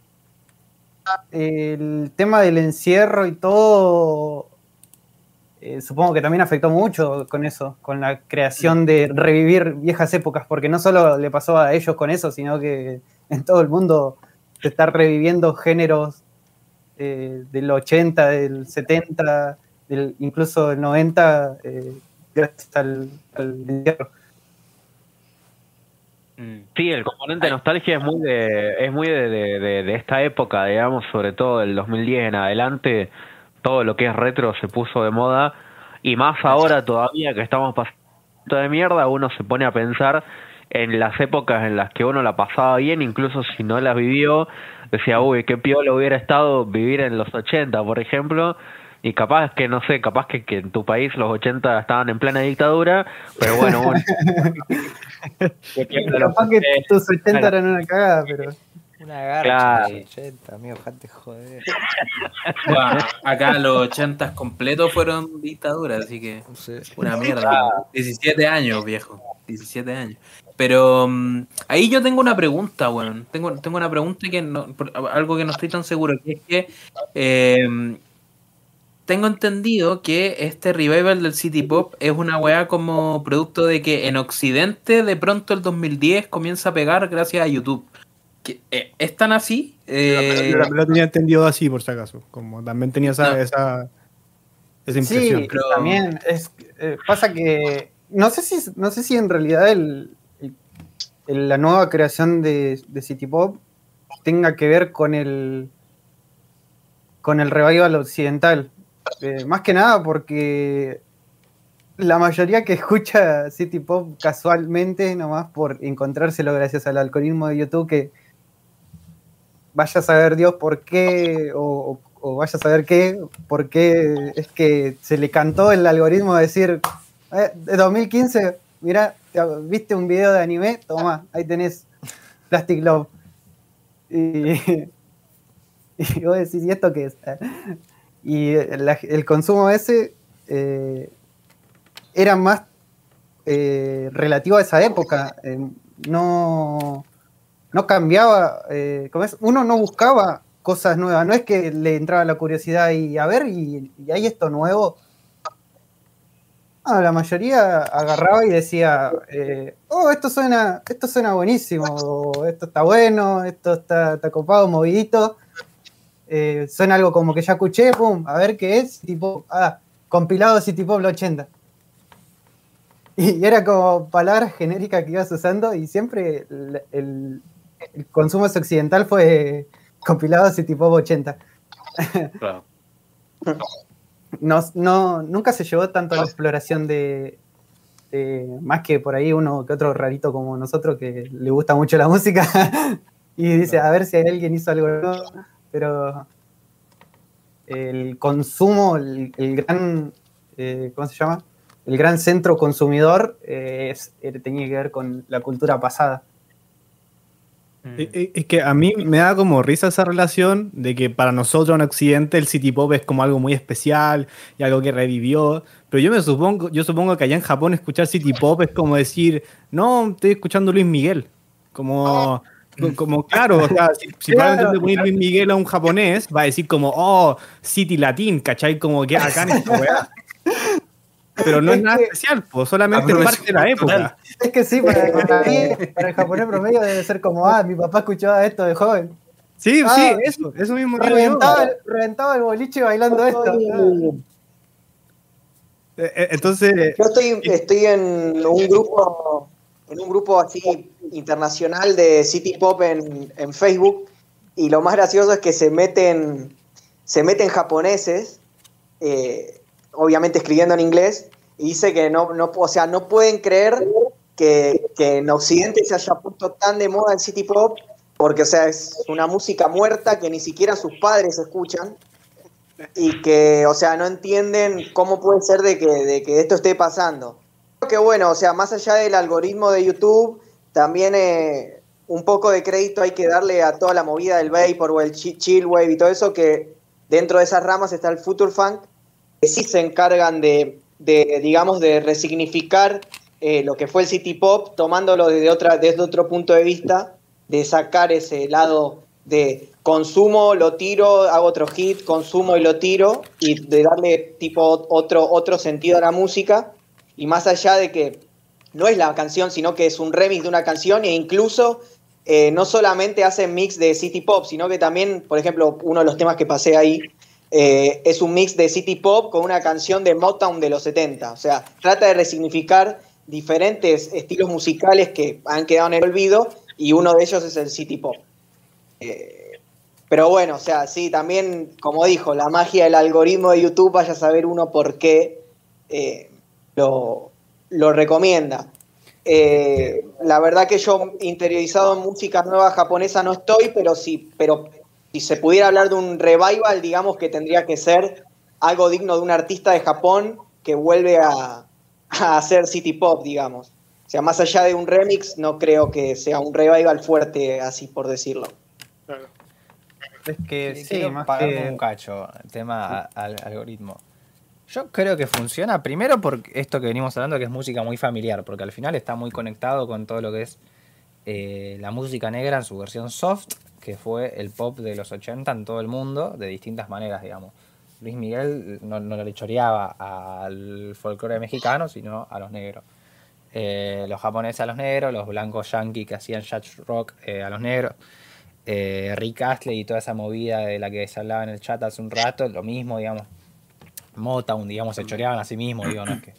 el tema del encierro y todo, supongo que también afectó mucho con eso, con la creación de revivir viejas épocas, porque no solo le pasó a ellos con eso, sino que en todo el mundo se está reviviendo géneros del 80, del 70, incluso del 90, gracias al encierro. Sí, el componente de nostalgia es muy de esta época, digamos, sobre todo del 2010 en adelante. Todo lo que es retro se puso de moda, y más ahora todavía que estamos pasando de mierda, uno se pone a pensar en las épocas en las que uno la pasaba bien, incluso si no las vivió, decía, uy, qué piola hubiera estado vivir en los 80, por ejemplo, y capaz que, no sé, capaz que en tu país los 80 estaban en plena dictadura, pero bueno. Capaz que tus 80 eran una cagada, pero... Una garcha Claro. de 80, amigo, jate joder. Bueno, acá los 80 completos fueron dictaduras, así que No sé. una mierda. 17 años, viejo. 17 años. Pero ahí yo tengo una pregunta, weón. Tengo una pregunta que algo que no estoy tan seguro, que es que tengo entendido que este revival del City Pop es una weá como producto de que en Occidente de pronto el 2010 comienza a pegar gracias a YouTube. ¿Es tan así? Lo tenía entendido así, por si acaso. Como también tenía esa impresión. Sí, pero también pasa que no sé si en realidad la nueva creación de City Pop tenga que ver con el revival occidental. Más que nada porque la mayoría que escucha City Pop casualmente, nomás por encontrárselo gracias al algoritmo de YouTube, que vaya a saber Dios por qué, o vaya a saber qué, por qué es que se le cantó el algoritmo de decir, de 2015, mira, viste un video de anime, toma, ahí tenés Plastic Love. Y vos decís, ¿y esto qué es? Y el consumo ese era más relativo a esa época. No cambiaba, ¿cómo es? Uno no buscaba cosas nuevas, no es que le entraba la curiosidad y a ver, y hay esto nuevo. La mayoría agarraba y decía, esto suena buenísimo, o esto está bueno, esto está copado, movidito. Suena algo como que ya escuché, pum, a ver qué es, tipo, compilado City Pop 80. Y era como palabras genéricas que ibas usando y siempre el consumo occidental fue compilado City Pop 80. Claro. Nunca se llevó tanto a la exploración de más que por ahí uno que otro rarito como nosotros que le gusta mucho la música y dice, a ver si alguien hizo algo nuevo, pero el consumo, el gran, ¿cómo se llama? El gran centro consumidor tenía que ver con la cultura pasada. Es que a mí me da como risa esa relación de que para nosotros en Occidente el City Pop es como algo muy especial y algo que revivió, pero yo supongo que allá en Japón escuchar City Pop es como decir, no, estoy escuchando Luis Miguel, como claro, o sea, si probablemente le pones Luis Miguel a un japonés, va a decir como, City Latin, ¿cachai? Como que acá en esta weá. Pero no es nada especial, pues, solamente es parte de la época. Es que sí, para el japonés promedio debe ser como, mi papá escuchaba esto de joven. Sí, eso mismo digo yo. Reventaba el boliche bailando esto. Entonces... Yo estoy en un grupo así internacional de City Pop en Facebook, y lo más gracioso es que se meten japoneses, obviamente escribiendo en inglés, y dice que no pueden creer que en Occidente se haya puesto tan de moda el City Pop, porque, o sea, es una música muerta que ni siquiera sus padres escuchan, y que, o sea, no entienden cómo puede ser de que esto esté pasando. Creo que, bueno, o sea, más allá del algoritmo de YouTube, también un poco de crédito hay que darle a toda la movida del vapor o el chill wave y todo eso, que dentro de esas ramas está el future funk, que sí se encargan digamos, de resignificar lo que fue el City Pop, tomándolo desde otro punto de vista, de sacar ese lado de consumo, lo tiro, hago otro hit, consumo y lo tiro, y de darle tipo otro sentido a la música, y más allá de que no es la canción, sino que es un remix de una canción, e incluso no solamente hacen mix de City Pop, sino que también, por ejemplo, uno de los temas que pasé ahí, es un mix de City Pop con una canción de Motown de los 70. O sea, trata de resignificar diferentes estilos musicales que han quedado en el olvido, y uno de ellos es el City Pop. Pero bueno, o sea, sí, también, como dijo, la magia del algoritmo de YouTube, vaya a saber uno por qué lo recomienda. La verdad que yo interiorizado en música nueva japonesa no estoy, pero si se pudiera hablar de un revival, digamos que tendría que ser algo digno de un artista de Japón que vuelve a hacer City Pop, digamos. O sea, más allá de un remix, no creo que sea un revival fuerte, así por decirlo. Es que sí, quiero más pagarme que... un cacho el tema al algoritmo. Yo creo que funciona primero por esto que venimos hablando, que es música muy familiar, porque al final está muy conectado con todo lo que es la música negra en su versión soft, que fue el pop de los 80 en todo el mundo, de distintas maneras, digamos. Luis Miguel no le choreaba al folclore mexicano, sino a los negros. Los japoneses a los negros, los blancos yankees que hacían jazz rock a los negros. Rick Astley y toda esa movida de la que se hablaba en el chat hace un rato, lo mismo, digamos. Motown, digamos, se choreaban a sí mismos, digo, no es que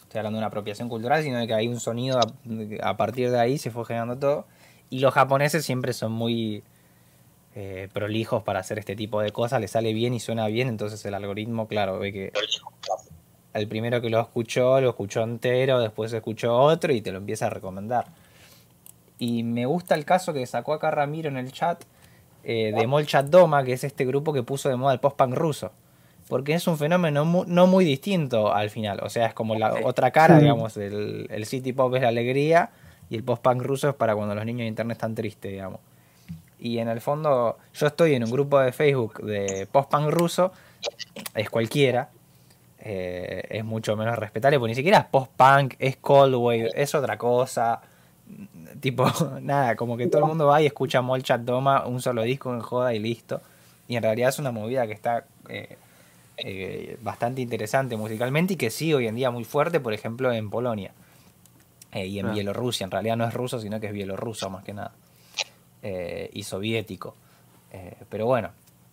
estoy hablando de una apropiación cultural, sino de que hay un sonido a partir de ahí se fue generando todo. Y los japoneses siempre son muy prolijos para hacer este tipo de cosas, les sale bien y suena bien, entonces el algoritmo, claro, ve que el primero que lo escuchó entero, después escuchó otro y te lo empieza a recomendar. Y me gusta el caso que sacó acá Ramiro en el chat de Molchat Doma, que es este grupo que puso de moda el post-punk ruso. Porque es un fenómeno no muy distinto al final. O sea, es como la otra cara, Sí. digamos. El city pop es la alegría y el post-punk ruso es para cuando los niños de internet están tristes, digamos. Y en el fondo, yo estoy en un grupo de Facebook de post-punk ruso, es cualquiera. Es mucho menos respetable, porque ni siquiera es post-punk, es cold wave, es otra cosa. Tipo, nada, como que todo el mundo va y escucha Molchat Doma, un solo disco en joda y listo. Y en realidad es una movida que está bastante interesante musicalmente y que sí hoy en día muy fuerte, por ejemplo, en Polonia y en Bielorrusia. En realidad no es ruso, sino que es bielorruso más que nada. Y soviético. Pero bueno.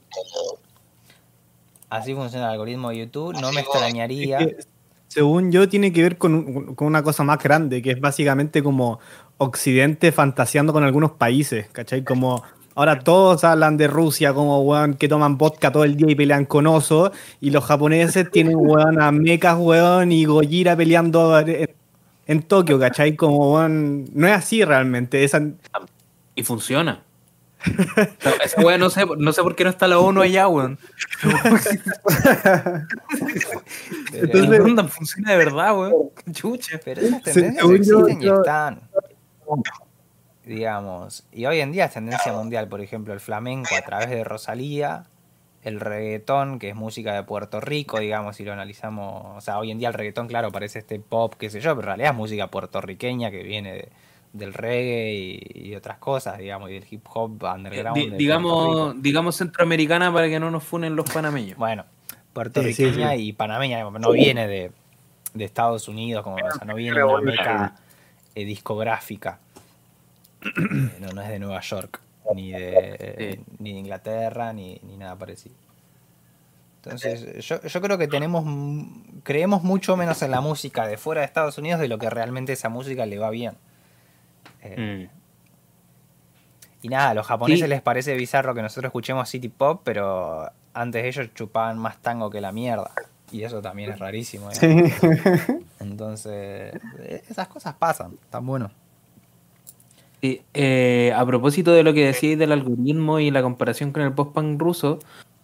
Así funciona el algoritmo de YouTube. No me extrañaría. Es que, según yo, tiene que ver con una cosa más grande, que es básicamente como Occidente fantaseando con algunos países, ¿cachai? Como ahora todos hablan de Rusia como, weón, que toman vodka todo el día y pelean con osos, y los japoneses tienen, weón, a mechas, weón, y Gojira peleando en Tokio, ¿cachai? Como, weón, no es así realmente. Y funciona. No, esa wea no sé por qué no está la ONU allá, weón. Pero, El Gundam funciona de verdad, weón. Chucha. pero esas Se- tendencias según yo- existen y yo- están. Digamos. Y hoy en día es tendencia mundial. Por ejemplo, el flamenco a través de Rosalía. El reggaetón, que es música de Puerto Rico, digamos, si lo analizamos. O sea, hoy en día el reggaetón, claro, parece este pop, qué sé yo, pero en realidad es música puertorriqueña que viene del reggae y otras cosas, digamos, y del hip hop underground de Puerto Rico. Digamos centroamericana para que no nos funen los panameños. Bueno, puertorriqueña Sí. y panameña, digamos, no viene de Estados Unidos, como, o sea, no viene de una meca discográfica. No es de Nueva York, ni de Inglaterra, ni nada parecido. Entonces, yo creo que creemos mucho menos en la música de fuera de Estados Unidos de lo que realmente esa música le va bien. Y nada, a los japoneses les parece bizarro que nosotros escuchemos city pop, pero antes ellos chupaban más tango que la mierda. Y eso también es rarísimo. Sí. Entonces, esas cosas pasan, tan bueno. Sí, a propósito de lo que decíais del algoritmo y la comparación con el post-punk ruso,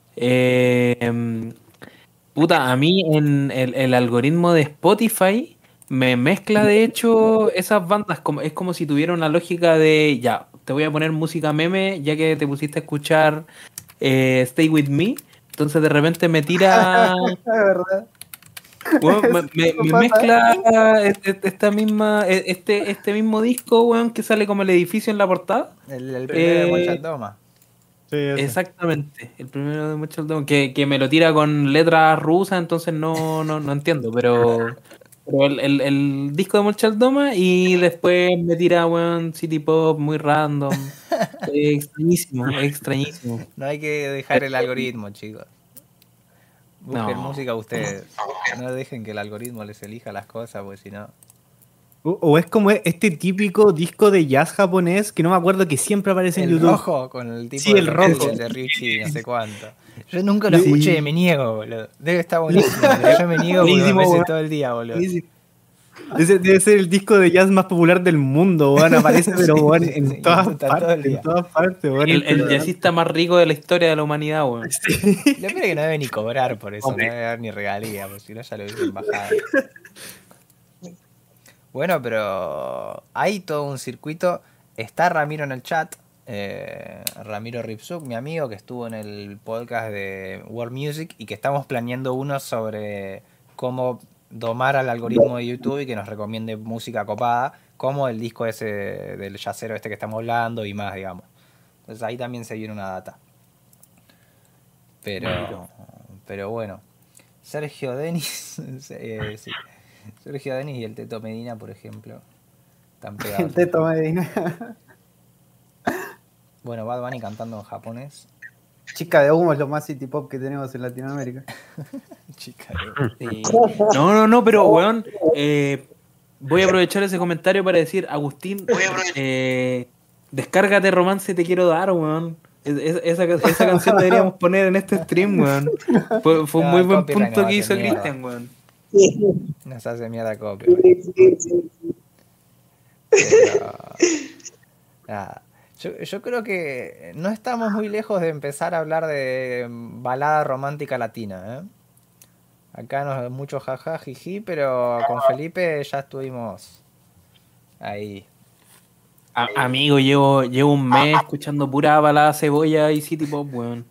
puta, a mí en el algoritmo de Spotify me mezcla de hecho esas bandas, es como si tuviera una lógica de, ya, te voy a poner música meme ya que te pusiste a escuchar Stay With Me, entonces de repente me tira... Es verdad. Weón, me Eso pasa. mezcla este mismo disco, weón, que sale como el edificio en la portada. El primero de Molchat Doma. Sí, ese. Exactamente, el primero de Mucho Dome, que me lo tira con letras rusas, entonces no entiendo, pero el disco de Molchat Doma y después me tira, weón, City Pop muy random. Es extrañísimo, es extrañísimo. No hay que dejar el algoritmo, chicos. Busquen No. música ustedes. No dejen que el algoritmo les elija las cosas, porque si no... O es como este típico disco de jazz japonés que no me acuerdo que siempre aparece en El YouTube. rojo con el tipo Sí, de el perfil rojo. del de Ryuichi, no sé cuánto. Yo nunca lo Sí. escuché, me niego, boludo. Debe estar buenísimo, pero yo me niego porque me Buenísimo, parece weón. todo el día, boludo. Ese debe ser el disco de jazz más popular del mundo, weón. Aparece, pero weón, Sí, en todas está todo el partes, día. en todas partes, weón. El jazzista más rico de la historia de la humanidad, weón. Lo peor es que no debe ni cobrar por eso, no debe dar ni regalía, porque si no ya lo hubiesen bajado. Bueno, pero hay todo un circuito. Está Ramiro en el chat. Ramiro Ripsuk, mi amigo, que estuvo en el podcast de World Music y que estamos planeando uno sobre cómo domar al algoritmo de YouTube y que nos recomiende música copada, como el disco ese del yacero este que estamos hablando y más, digamos. Entonces ahí también se viene una data. Pero bueno. Sergio Denis. Sí. Sergio Denis y el Teto Medina, por ejemplo. Están pegados. El Teto Medina. Bueno, Bad Bunny cantando en japonés. Chica de Humo es lo más city pop que tenemos en Latinoamérica. Chica. Sí. No, pero weón, voy a aprovechar ese comentario para decir, Agustín, descárgate Romance Te Quiero Dar, weón. Esa canción deberíamos poner en este stream, weón. Fue un No, muy el buen copyright punto nos que hace hizo mierda. Cristian, weón. Nos hace mierda copia. Sí. Pero, nada. Yo creo que no estamos muy lejos de empezar a hablar de balada romántica latina, ¿eh? Acá no es mucho jaja, jiji, pero con Felipe ya estuvimos ahí. Amigo, llevo un mes escuchando pura balada cebolla y city pop, weón.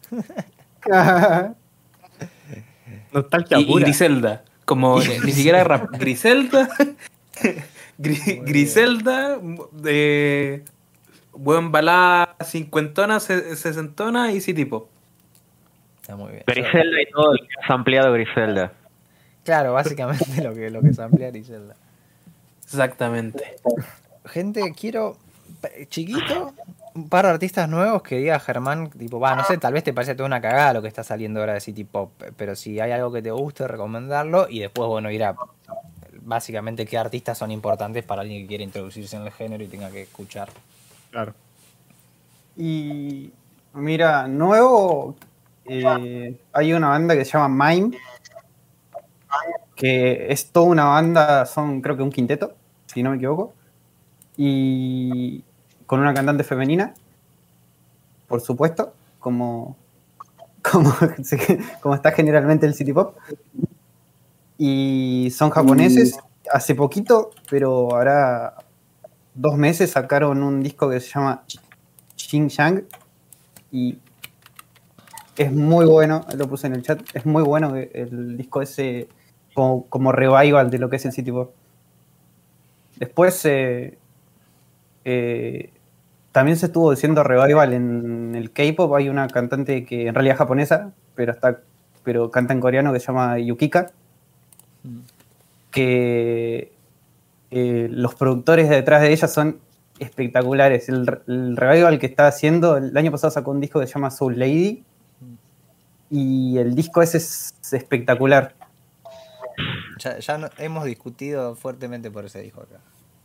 Nostalgia Y pura. Griselda, como ni siquiera rap. Griselda, Griselda, buen balada cincuentona, sesentona y city pop. Está muy bien. Griselda y todo, el que has ampliado Griselda. Claro, básicamente lo que se amplía Griselda. Exactamente. Gente, quiero chiquito, un par de artistas nuevos que diga Germán, tipo, no sé, tal vez te parece toda una cagada lo que está saliendo ahora de City Pop, pero si hay algo que te guste, recomendarlo y después, bueno, ir a básicamente qué artistas son importantes para alguien que quiera introducirse en el género y tenga que escuchar. Claro. Y mira, nuevo, hay una banda que se llama Mime, que es toda una banda, son creo que un quinteto, si no me equivoco, y con una cantante femenina, por supuesto, como está generalmente el city pop. Y son japoneses, hace poquito, pero hará 2 meses sacaron un disco que se llama Xinjiang y es muy bueno, lo puse en el chat, es muy bueno el disco ese como revival de lo que es el city pop. Después también se estuvo diciendo revival en el K-pop, hay una cantante que en realidad es japonesa, pero canta en coreano que se llama Yukika, que los productores detrás de ella son espectaculares. El revival que está haciendo, el año pasado sacó un disco que se llama Soul Lady y el disco ese es espectacular. Ya hemos discutido fuertemente por ese disco acá.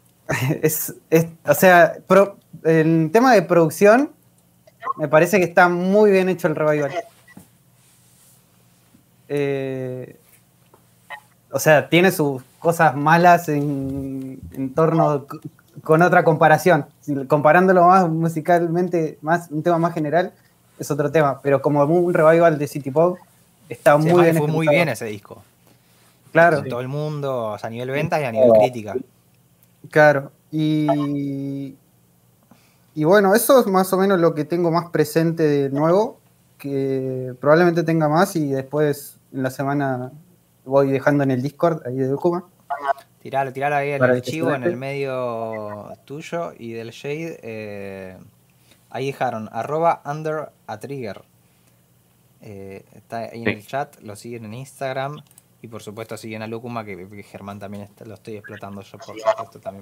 O sea, en tema de producción, me parece que está muy bien hecho el revival. O sea, tiene sus cosas malas en torno con otra comparación. Comparándolo más musicalmente, un tema más general, es otro tema. Pero como un revival de City Pop, está muy bien. Fue muy bien ese disco. Claro. Con todo el mundo, o sea, a nivel ventas y a nivel crítica. Claro. Y bueno, eso es más o menos lo que tengo más presente de nuevo, que probablemente tenga más y después en la semana voy dejando en el Discord ahí de Dokuma. Tiralo ahí el Para archivo en que el medio tuyo y del Shade. Ahí dejaron @under_a_trigger. Está ahí en el chat, lo siguen en Instagram y por supuesto siguen a Lukuma, que Germán también lo estoy explotando yo por supuesto también.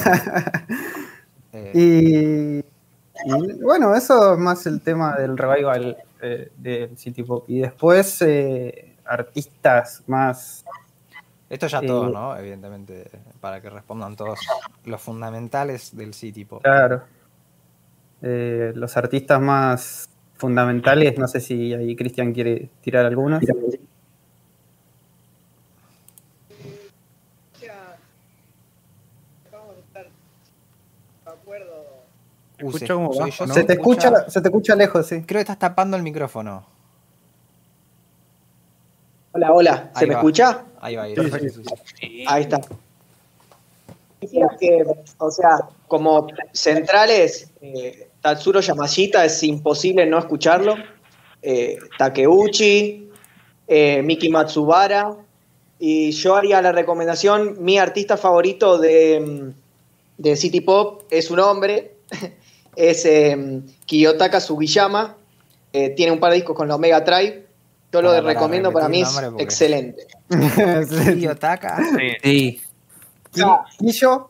Y bueno, eso es más el tema del revival del City Pop. Y después artistas más... Esto ya todo, ¿no? Evidentemente, para que respondan todos los fundamentales del City Pop. Claro. Los artistas más fundamentales, no sé si ahí Cristian quiere tirar algunos. Escucha como soy bajo, yo, ¿no? Se te escucha lejos, sí. Creo que estás tapando el micrófono. Hola, ¿se Ahí me va. escucha? Ahí va, ahí. Sí. Ahí está. Decía que, o sea, como centrales, Tatsuro Yamashita es imposible no escucharlo. Takeuchi, Miki Matsubara. Y yo haría la recomendación, mi artista favorito de City Pop es un hombre, es Kiyotaka Sugiyama, tiene un par de discos con la Omega Tribe. Yo lo recomiendo, para mí es excelente. Kiyotaka. Sí. Kisho.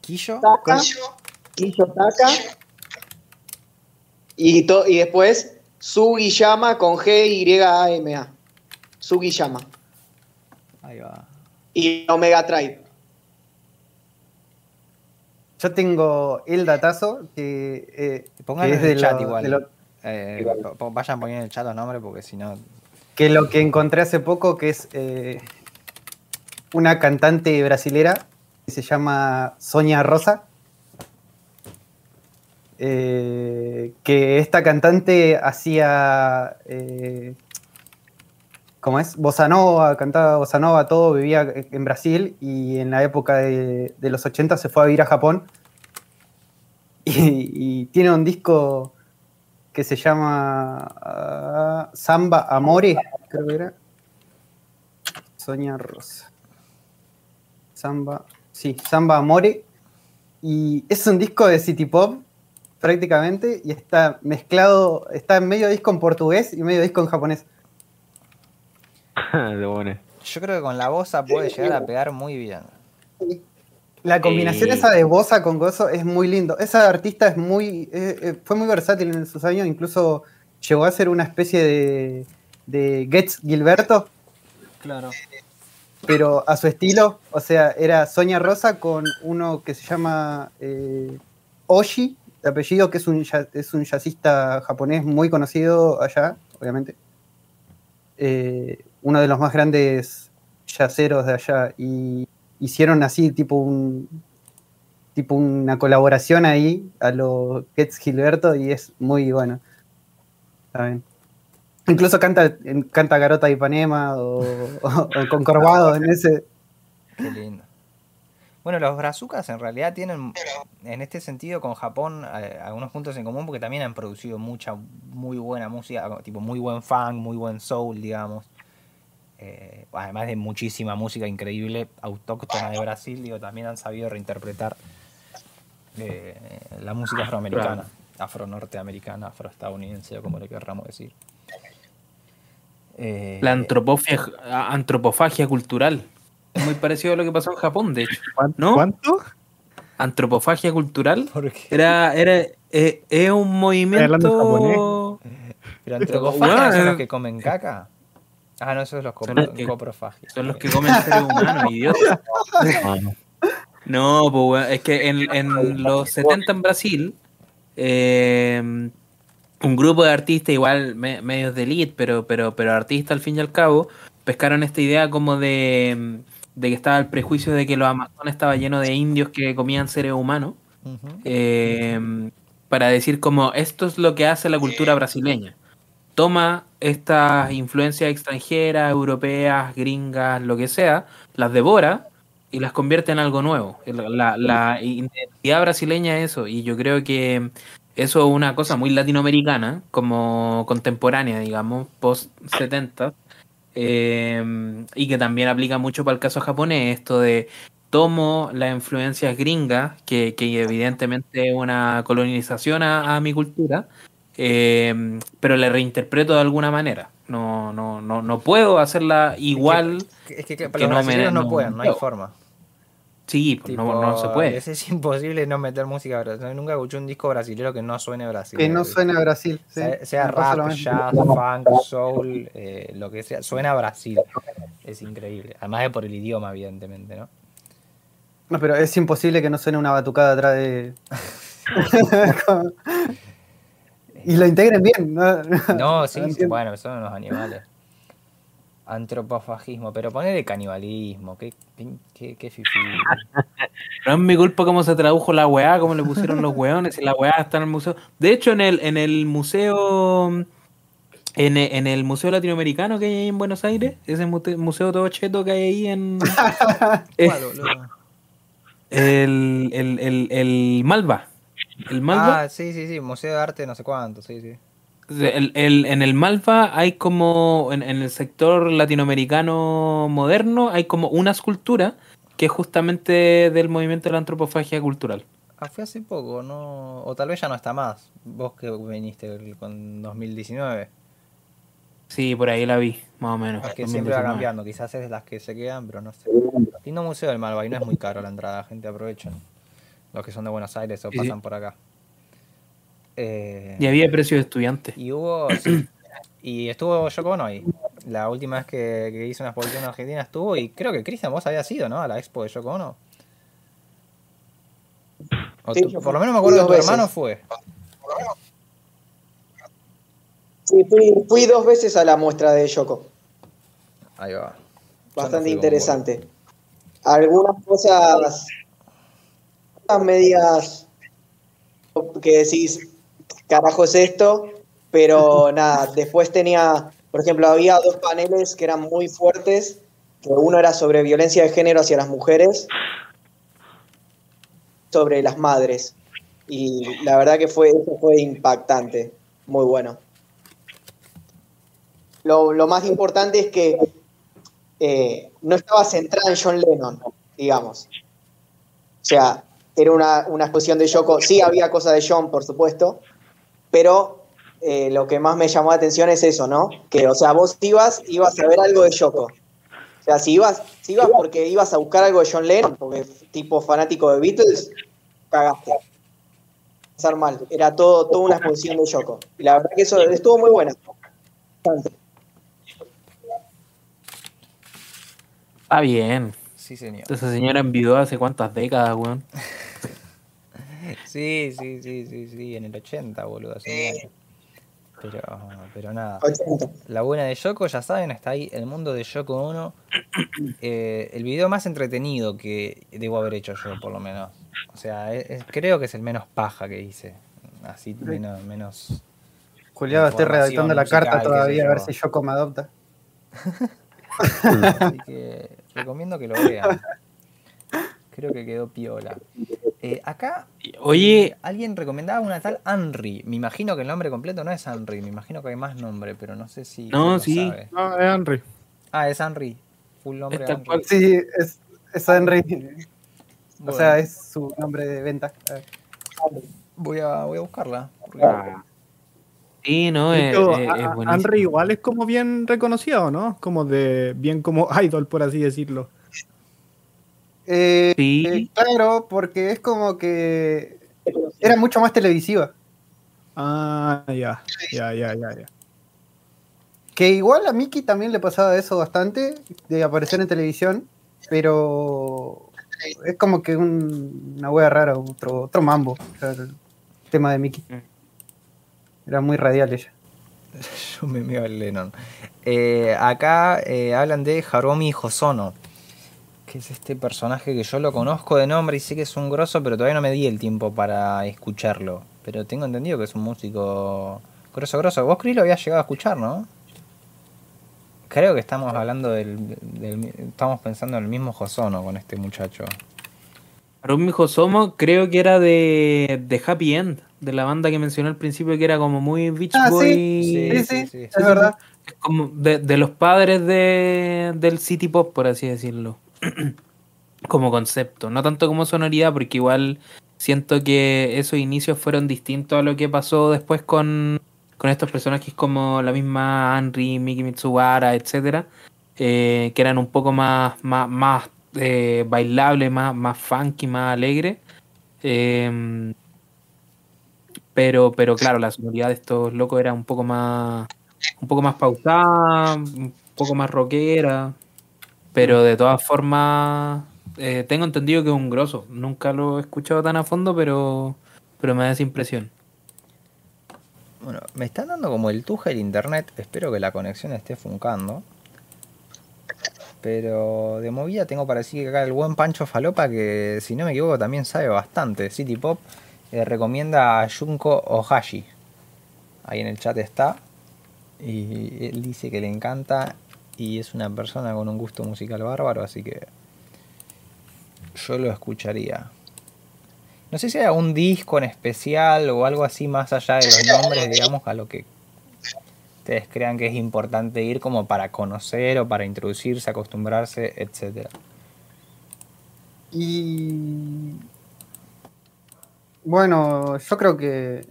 Kiyotaka. Y después Sugiyama con G-Y-A-M-A. Sugiyama. Ahí va. Y Omega Tribe. Yo tengo el datazo Pónganlo es en el de chat lo- igual. de lo- Vayan poniendo en el chat los nombres porque si no. que lo que encontré hace poco, que es una cantante brasilera que se llama Sonia Rosa. Que esta cantante hacía, ¿cómo es? Bossa nova, cantaba bossa nova, todo, vivía en Brasil y en la época de los 80 se fue a vivir a Japón y tiene un disco que se llama Samba Amore, creo que era. Sonia Rosa. Samba Amore. Y es un disco de City Pop, prácticamente, y está mezclado, está en medio disco en portugués y medio disco en japonés. De bueno. Yo creo que con la bossa puede llegar a pegar muy bien. La combinación esa de bossa con gozo es muy lindo. Esa artista es fue muy versátil en sus años, incluso llegó a ser una especie de Getz Gilberto, Claro. pero a su estilo. O sea, era Sonia Rosa con uno que se llama Oshi, de apellido, que es un jazzista japonés muy conocido allá, obviamente. Uno de los más grandes jazzeros de allá. Y hicieron así, tipo una colaboración ahí a lo Getz Gilberto y es muy bueno. ¿Saben? Incluso canta Garota de Ipanema o con Corvado en ese. Qué lindo. Bueno, los brazucas en realidad tienen, en este sentido, con Japón algunos puntos en común porque también han producido mucha, muy buena música, tipo muy buen funk, muy buen soul, digamos. Además de muchísima música increíble, autóctona de Brasil, digo, también han sabido reinterpretar la música afroamericana, afro-norteamericana, afroestadounidense, o como le querramos decir. La antropofagia cultural. Es muy parecido a lo que pasó en Japón, de hecho. ¿No? ¿Cuánto? Antropofagia cultural. ¿Por qué? Es un hablando movimiento. ¿Pero antropofagia Bueno, son los que comen caca? Ah, no, esos son los Son los que- coprofagias. Son los que comen seres humanos, idiota. No, pues weón, es que en los 70 en Brasil, un grupo de artistas, igual medios de elite, pero artistas al fin y al cabo, pescaron esta idea como de que estaba el prejuicio de que los Amazonas estaba lleno de indios que comían seres humanos, para decir como esto es lo que hace la cultura brasileña. Toma estas influencias extranjeras, europeas, gringas, lo que sea, las devora y las convierte en algo nuevo. La identidad brasileña es eso, y yo creo que eso es una cosa muy latinoamericana, como contemporánea, digamos, post 70, y que también aplica mucho para el caso japonés, esto de tomo las influencias gringas, que evidentemente es una colonización a mi cultura, pero le reinterpreto de alguna manera. No puedo hacerla igual. Es que que los no me- brasileños no no- pueden, no hay no. forma. Sí, pues Tipo, no se puede. es imposible no meter música brasileña. Nunca escuché un disco brasilero que no suene Que brasileño. no ¿viste? suena a Brasil. Sí, Sea me pasa lo rap, mismo. jazz, funk, soul, lo que sea, suena a Brasil. Es increíble. Además de por el idioma, evidentemente, ¿no? No, pero es imposible que no suene una batucada atrás de. Y lo integren bien, ¿no? No, sí, entiendo. bueno, son unos animales. Antropofagismo, pero poné de canibalismo, qué fifí. No es mi culpa cómo se tradujo la weá, cómo le pusieron los weones, y la weá está en el museo. De hecho, en el museo. En el Museo Latinoamericano que hay ahí en Buenos Aires, ese museo todo cheto que hay ahí en. ¿Cuál, boludo? El Malva. El Malva. Ah, sí, Museo de Arte no sé cuánto, sí. En el Malva hay como, en el sector latinoamericano moderno, hay como una escultura que es justamente del movimiento de la antropofagia cultural. Ah, fue hace poco, ¿no? O tal vez ya no está más. Vos que viniste con 2019. Sí, por ahí la vi, más o menos. Es que siempre va 2019. cambiando, quizás es de las que se quedan, pero no sé. Lindo Museo del Malva y no es muy caro la entrada, gente, aprovechen. Los que son de Buenos Aires o Sí, pasan sí. por acá. Y había precio de estudiante. Y hubo, sí, y estuvo Yoko Ono ahí. La última vez que hizo una exposición en Argentina estuvo, y creo que Cristian, vos habías ido, ¿no? A la expo de Yoko Ono. Sí, Por lo menos me acuerdo que tu fui 2 hermano veces. fue. Sí, fui 2 veces a la muestra de Yoko. Ahí va. Yo no Bastante fui como interesante. Algunas cosas medias que decís, carajo es esto, pero nada, después tenía, por ejemplo, había 2 paneles que eran muy fuertes, que uno era sobre violencia de género hacia las mujeres, sobre las madres, y la verdad que eso fue impactante, muy bueno. Lo más importante es que no estaba centrada en John Lennon, digamos. O sea, era una exposición de Yoko. Sí, había cosas de John, por supuesto, pero lo que más me llamó la atención es eso, ¿no? Que, o sea, vos ibas a ver algo de Yoko. O sea, si ibas porque ibas a buscar algo de John Lennon, porque tipo fanático de Beatles, cagaste. Pasar mal. Era toda una exposición de Yoko. Y la verdad que eso estuvo muy buena. Bastante. Ah, bien. Sí, señor. Esa señora envidió hace cuántas décadas, weón. Sí, en el 80, boludo, hace mil años. Pero nada. 80. La buena de Yoko, ya saben, está ahí el mundo de Yoko Ono. El video más entretenido que debo haber hecho yo, por lo menos. O sea, creo que es el menos paja que hice. Así, menos Juliado, estoy redactando la musical, carta qué sé todavía, a ver yo. si Yoko me adopta. Así que recomiendo que lo vean. Creo que quedó piola. Acá Oye, alguien recomendaba una tal Henry. Me imagino que el nombre completo no es Henry. Me imagino que hay más nombre, pero no sé si No, quién lo sí. sabe. No, es Henry. Ah, es Henry. Full nombre Es de tal Henry. cual. Sí, es Henry. O Bueno, sea, es su nombre de venta. voy a buscarla. Porque Sí, no, De hecho, es buenísimo. Henry igual es como bien reconocido, ¿no? Como bien como idol, por así decirlo. Sí. Claro, porque es como que era mucho más televisiva. Ah, ya. Que igual a Mickey también le pasaba eso bastante, de aparecer en televisión, pero es como que una wea rara, otro mambo, o sea, el tema de Mickey. Era muy radial ella. yo me meo al Lennon. Acá hablan de Haruomi Hosono, que es este personaje que yo lo conozco de nombre y sé que es un grosso, pero todavía no me di el tiempo para escucharlo. Pero tengo entendido que es un músico grosso. Vos, Chris, lo habías llegado a escuchar, ¿no? Creo que estamos hablando estamos pensando en el mismo Hosono con este muchacho. Harumi Hosomo creo que era de Happy End, de la banda que mencioné al principio, que era como muy Beach Boy. Sí, es verdad. Es como de los padres del City Pop, por así decirlo. Como concepto. No tanto como sonoridad, porque igual siento que esos inicios fueron distintos a lo que pasó después con estos personajes como la misma Henry, Miki Mitsuhara, etcétera, que eran un poco más bailables, más funky, más alegre. Pero claro, la sonoridad de estos locos era un poco más pausada, un poco más rockera, pero de todas formas tengo entendido que es un grosso. Nunca lo he escuchado tan a fondo, pero me da esa impresión. Bueno, me están dando como el tuje el internet. Espero que la conexión esté funcando. Pero de movida tengo para decir que acá el buen Pancho Falopa, que si no me equivoco también sabe bastante City Pop, recomienda a Junko Ohashi. Ahí en el chat está. Y él dice que le encanta y es una persona con un gusto musical bárbaro, así que yo lo escucharía. No sé si hay algún disco en especial o algo así más allá de los nombres, digamos, a lo que ustedes crean que es importante ir como para conocer o para introducirse, acostumbrarse, etcétera. Y bueno, yo creo que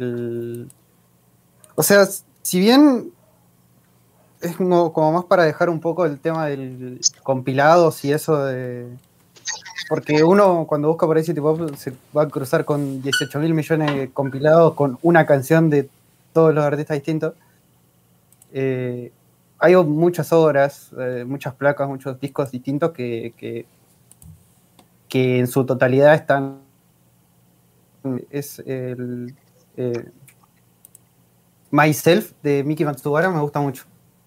o sea, si bien es como más para dejar un poco el tema del compilados y eso de porque uno cuando busca por ahí City Pop se va a cruzar con 18.000 millones de compilados con una canción de todos los artistas distintos. Hay muchas obras, muchas placas, muchos discos distintos que en su totalidad están. Es el Myself de Miki Matsubara, me gusta mucho.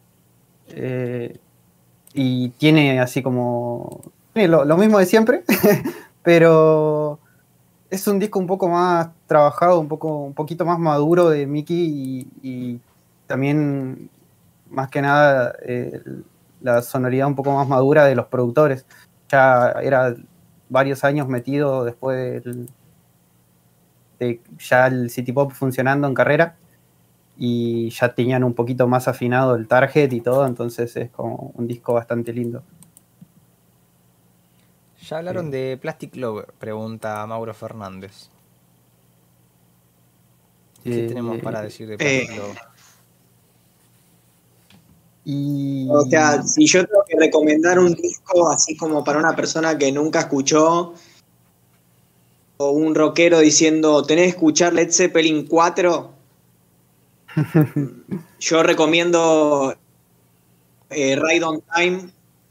Y tiene así como. Tiene lo mismo de siempre, pero es un disco un poco más trabajado, un poquito más maduro de Miki y también, más que nada, la sonoridad un poco más madura de los productores. Ya era varios años metido después de ya el City Pop funcionando en carrera y ya tenían un poquito más afinado el target y todo, entonces es como un disco bastante lindo. ¿Ya hablaron de Plastic Love? Pregunta Mauro Fernández. ¿Qué tenemos para decir de Plastic Love? O sea, si yo tengo que recomendar un disco así como para una persona que nunca escuchó, o un rockero diciendo, tenés que escuchar Led Zeppelin 4, yo recomiendo Ride on Time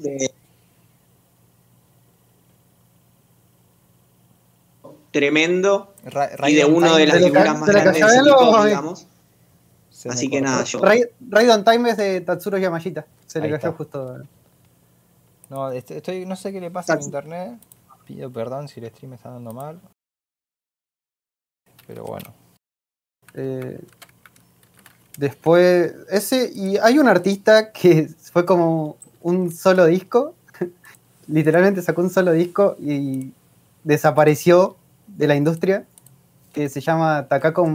tremendo y de uno de las figuras más grandes del City Pop, digamos. Así que nada, yo. Ride on Time es de Tatsuro Yamashita. Se le cayó justo. No, no sé qué le pasa a mi internet. Pido perdón si el stream me está dando mal. Pero bueno. Después, y hay un artista que fue como un solo disco. Literalmente sacó un solo disco y desapareció de la industria. Que se llama Takako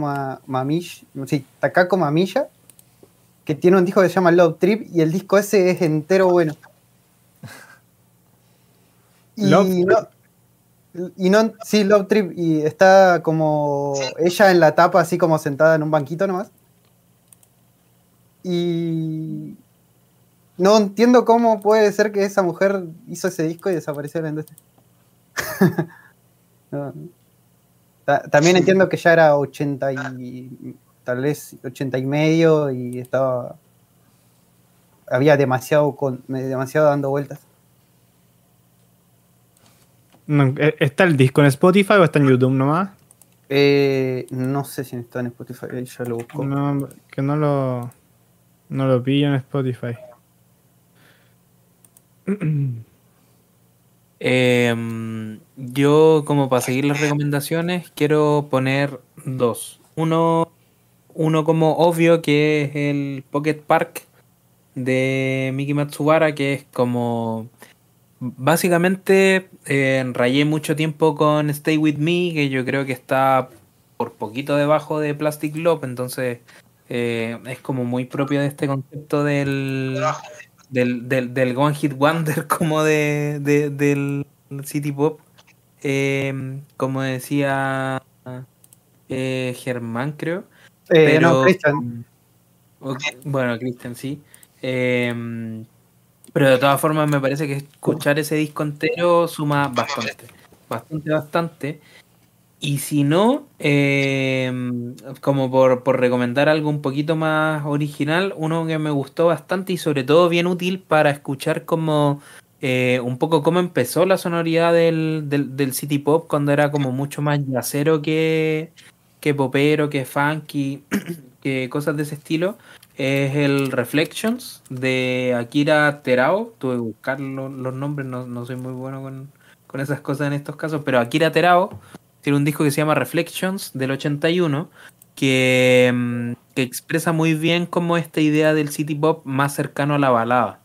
Mamiya, que tiene un disco que se llama Love Trip, y el disco ese es entero bueno. Sí, Love Trip, y está como ella en la tapa, así como sentada en un banquito nomás. Y no entiendo cómo puede ser que esa mujer hizo ese disco y desapareció de la industria. No. También entiendo que ya era 80 y tal vez 80 y medio y había demasiado dando vueltas. No, ¿está el disco en Spotify o está en YouTube nomás? No sé si está en Spotify, ya lo busco. No, que no lo pillo en Spotify. Yo, como para seguir las recomendaciones, quiero poner dos. Uno como obvio, que es el Pocket Park de Miki Matsubara, que es como... Básicamente, rayé mucho tiempo con Stay With Me, que yo creo que está por poquito debajo de Plastic Love, entonces es como muy propio de este concepto del One Hit Wonder, como del City Pop. Como decía Germán, creo. No, Christian. Bueno, Christian, sí. Pero de todas formas me parece que escuchar ese disco entero suma bastante. Y si no, como por recomendar algo un poquito más original, uno que me gustó bastante y sobre todo bien útil para escuchar como un poco cómo empezó la sonoridad del City Pop, cuando era como mucho más jazzero que popero, que funky, que cosas de ese estilo. Es el Reflections de Akira Terao. Tuve que buscar los nombres, no soy muy bueno con esas cosas en estos casos, pero Akira Terao tiene un disco que se llama Reflections del 81, que expresa muy bien como esta idea del City Pop más cercano a la balada.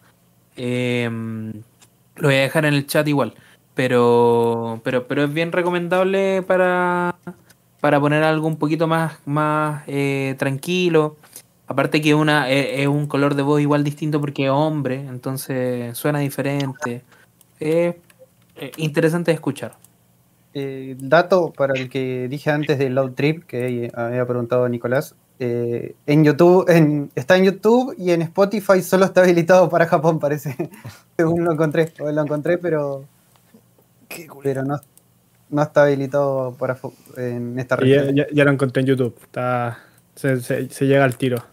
Lo voy a dejar en el chat igual, pero es bien recomendable para poner algo un poquito más tranquilo. Aparte que es un color de voz igual distinto porque es hombre, entonces suena diferente. Interesante de escuchar. Dato para el que dije antes de Love Trip, que había preguntado Nicolás. En YouTube, está en YouTube y en Spotify solo está habilitado para Japón, parece. Según lo encontré, pero pero no está habilitado en esta región. Ya lo encontré en YouTube. Se llega al tiro.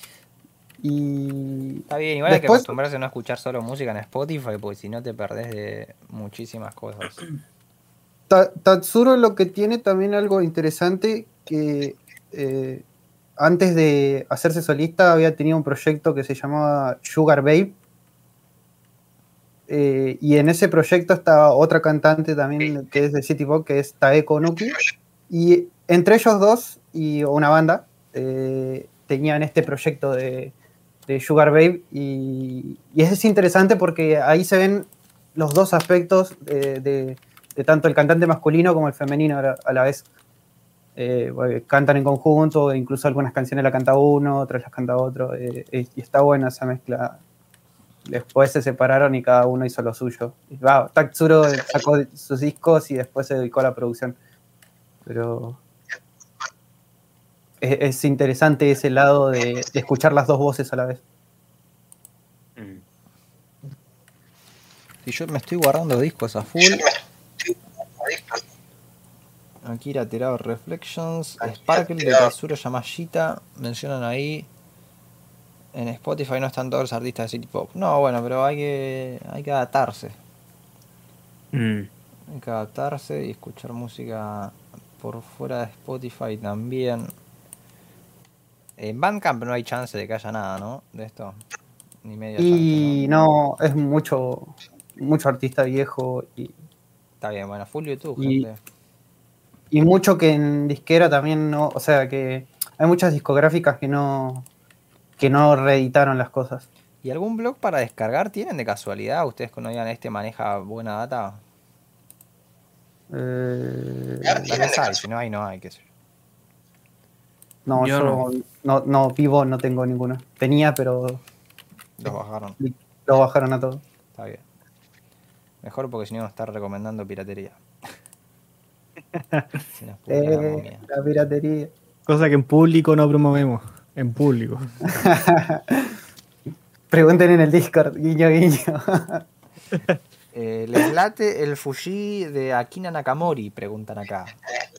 Y Está bien, igual hay que después, acostumbrarse a no escuchar solo música en Spotify, porque si no te perdés de muchísimas cosas. Tatsuro lo que tiene también algo interesante, que antes de hacerse solista había tenido un proyecto que se llamaba Sugar Babe. Y en ese proyecto estaba otra cantante también que es de City Pop, que es Taeko Nuki. Y entre ellos dos y una banda tenían este proyecto de Sugar Babe. Y es interesante porque ahí se ven los dos aspectos de tanto el cantante masculino como el femenino a la vez. Porque cantan en conjunto, e incluso algunas canciones la canta uno, otras las canta otro. Y está buena esa mezcla. Después se separaron y cada uno hizo lo suyo. Tatsuro sacó sus discos y después se dedicó a la producción. Pero es interesante ese lado de escuchar las dos voces a la vez. Si yo me estoy guardando discos a full. Akira Terao Reflections, Sparkle de Tatsuro Yamashita, mencionan ahí. En Spotify no están todos los artistas de City Pop. No, bueno, pero hay que adaptarse. Hay que adaptarse y escuchar música por fuera de Spotify también. En Bandcamp no hay chance de que haya nada, ¿no? De esto. Ni media Y chance, ¿no? no, es mucho artista viejo Está bien, bueno, full YouTube, y, gente. y mucho que en disquera también no, o sea que hay muchas discográficas que no reeditaron las cosas. ¿Y algún blog para descargar tienen de casualidad? ¿Ustedes cuando digan maneja buena data? Tal vez hay, si no hay, no hay, qué sé yo. No, Yo no vivo, no tengo ninguno. Tenía, pero Los bajaron. lo bajaron a todos. Está bien. Mejor porque si no nos está recomendando piratería. Se nos pudre la momia. La piratería. Cosa que en público no promovemos. En público. Pregunten en el Discord, guiño, guiño. ¿Les late el Fuji de Akina Nakamori? Preguntan acá.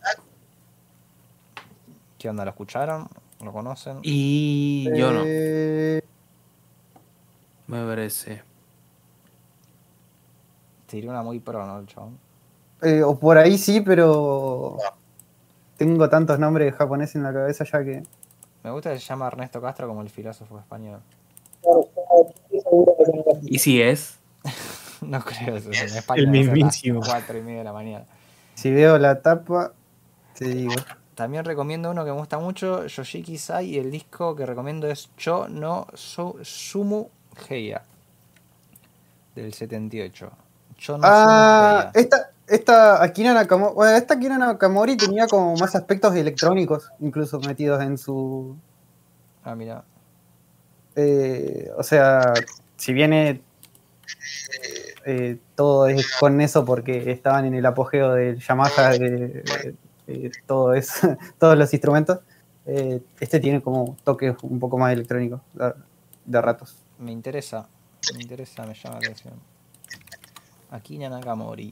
¿Qué onda? ¿Lo escucharon? ¿Lo conocen? Y yo no, Eh, me parece. Tiré una muy pro, ¿no, el chabón? o por ahí sí, pero tengo tantos nombres japoneses en la cabeza ya que... Me gusta que se llama Ernesto Castro como el filósofo español. ¿Y si es? No creo eso. En España El debe ser mismísimo. las 4:30 de la mañana. Si veo la tapa, te digo. También recomiendo uno que me gusta mucho, Yoshiki Sai, y el disco que recomiendo es Cho no Sumu Heia, del 78. Cho no Sumu Heia. Esta Akira Nakamori, bueno, esta Akira Nakamori tenía como más aspectos electrónicos incluso metidos en su... Ah, mira. O sea, si viene todo es con eso porque estaban en el apogeo del Yamaha, de todo eso, todos los instrumentos, este tiene como toques un poco más electrónicos de ratos. Me interesa, me llama la atención. Akira Nakamori.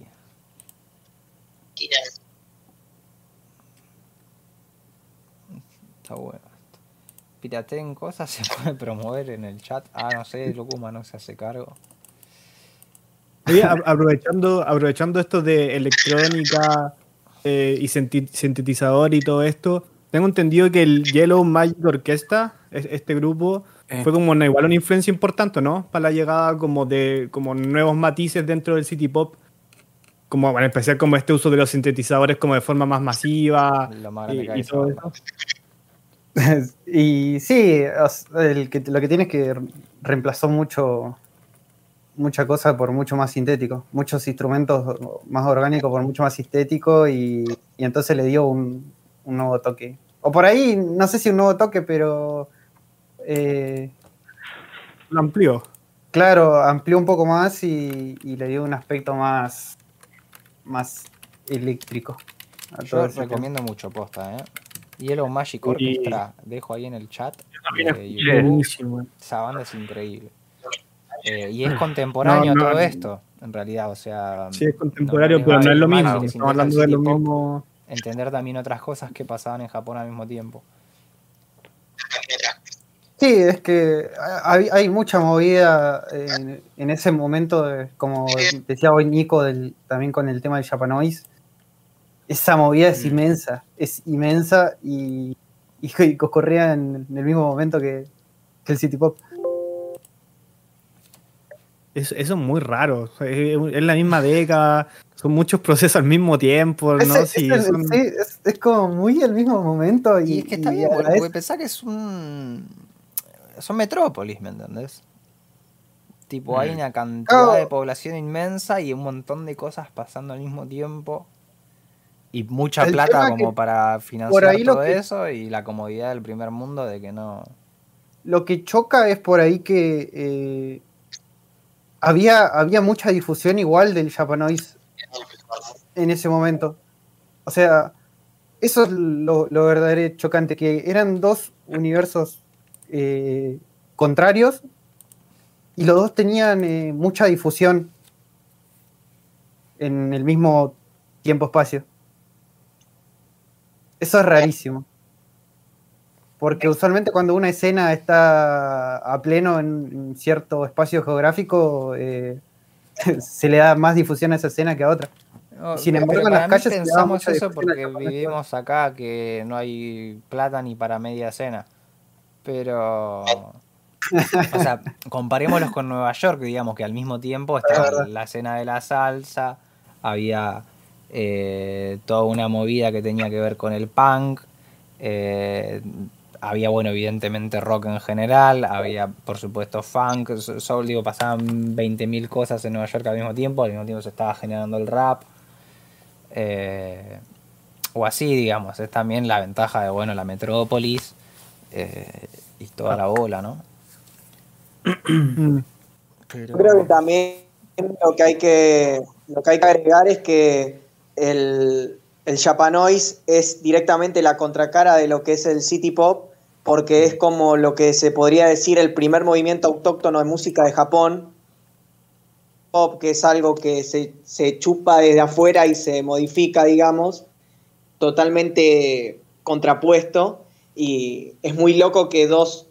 Está bueno. Pirateen cosas, se puede promover en el chat. Ah, no sé, Locuma no se hace cargo. Oye, aprovechando esto de electrónica y sintetizador y todo esto, tengo entendido que el Yellow Magic Orchestra, este grupo, fue como igual una influencia importante, ¿no? Para la llegada como de como nuevos matices dentro del City Pop, como en especial como este uso de los sintetizadores como de forma más masiva Lo más grande que hay y esa todo banda. eso. Y sí, lo que tiene es que reemplazó mucha cosa por mucho más sintético, muchos instrumentos más orgánicos por mucho más sintético y entonces le dio un nuevo toque. O por ahí, no sé si un nuevo toque, pero Lo amplió. claro, amplió un poco más y le dio un aspecto más eléctrico. Yo recomiendo mucho, posta, Yellow Magic Orchestra, dejo ahí en el chat de YouTube. Buenísimo. Esa banda es increíble. Y es contemporáneo a todo esto. en realidad, o sea... Sí, es contemporáneo, les pero va no a es ir lo mal mismo. si Estamos intentan hablando de lo City Pop, mismo. entender también otras cosas que pasaban en Japón al mismo tiempo. Sí, es que hay mucha movida en ese momento, como decía hoy Nico, también con el tema del Japanoise. Esa movida es inmensa y ocurría en el mismo momento que el City Pop. Eso es muy raro. O sea, es la misma década, son muchos procesos al mismo tiempo, ¿no? Sí, Sí, es como muy el mismo momento Y es que está bien, a la porque vez- pensá que son metrópolis, ¿me entendés? Tipo, hay una cantidad de Claro, población inmensa y un montón de cosas pasando al mismo tiempo. Y mucha el plata tema como que para por financiar ahí todo eso y la comodidad del primer mundo de que no... lo que choca es por ahí que había mucha difusión igual del Japanoise en ese momento. O sea, eso es lo verdadero chocante, que eran dos universos contrarios y los dos tenían mucha difusión en el mismo tiempo-espacio. Eso es rarísimo. Porque usualmente cuando una escena está a pleno en cierto espacio geográfico, se le da más difusión a esa escena que a otra. No, Sin embargo, pero en las para mí calles se le daba pensamos mucha eso difusión al porque Japanoise. vivimos acá que no hay plata ni para media cena. Pero... O sea, comparémoslos con Nueva York, digamos que al mismo tiempo estaba la escena de la salsa, había toda una movida que tenía que ver con el punk, eh, había, bueno, evidentemente rock en general, había, por supuesto, funk, soul, digo, pasaban 20.000 cosas en Nueva York al mismo tiempo se estaba generando el rap, eh, o así, digamos, es también la ventaja de, bueno, la metrópolis y toda la bola, ¿no? Mm. Yo creo que también lo que hay que agregar es que el Japanoise es directamente la contracara de lo que es el City Pop, porque es como lo que se podría decir el primer movimiento autóctono de música de Japón, pop, que es algo que se chupa desde afuera y se modifica, digamos, totalmente contrapuesto, y es muy loco que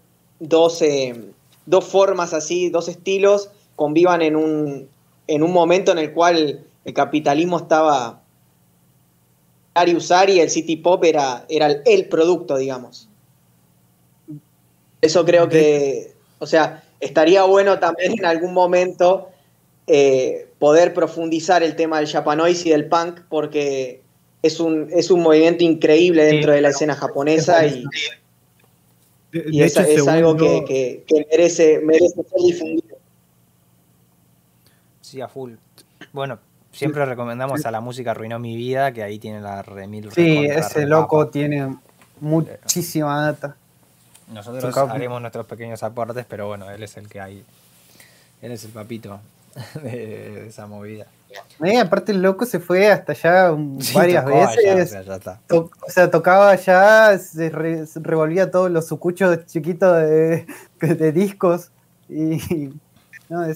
dos formas así, dos estilos, convivan en un momento en el cual el capitalismo estaba dar y usar y el City Pop era el producto, digamos. Eso creo que, o sea, estaría bueno también en algún momento poder profundizar el tema del Japanoise y del punk, porque es un movimiento increíble dentro de la escena japonesa y De hecho, es algo según yo, que merece ser difundido. Sí, a full. Bueno, siempre recomendamos a La Música Arruinó Mi Vida, que ahí tiene la remil Sí, recontra ese repapa. loco tiene muchísima data. Nosotros haremos nuestros pequeños aportes, pero bueno, él es el que hay. Él es el papito de esa movida. Aparte el loco se fue hasta allá Sí, varias tocó allá, veces. o sea, ya está. O sea, tocaba allá, se revolvía todos los sucuchos chiquitos de discos. Y no,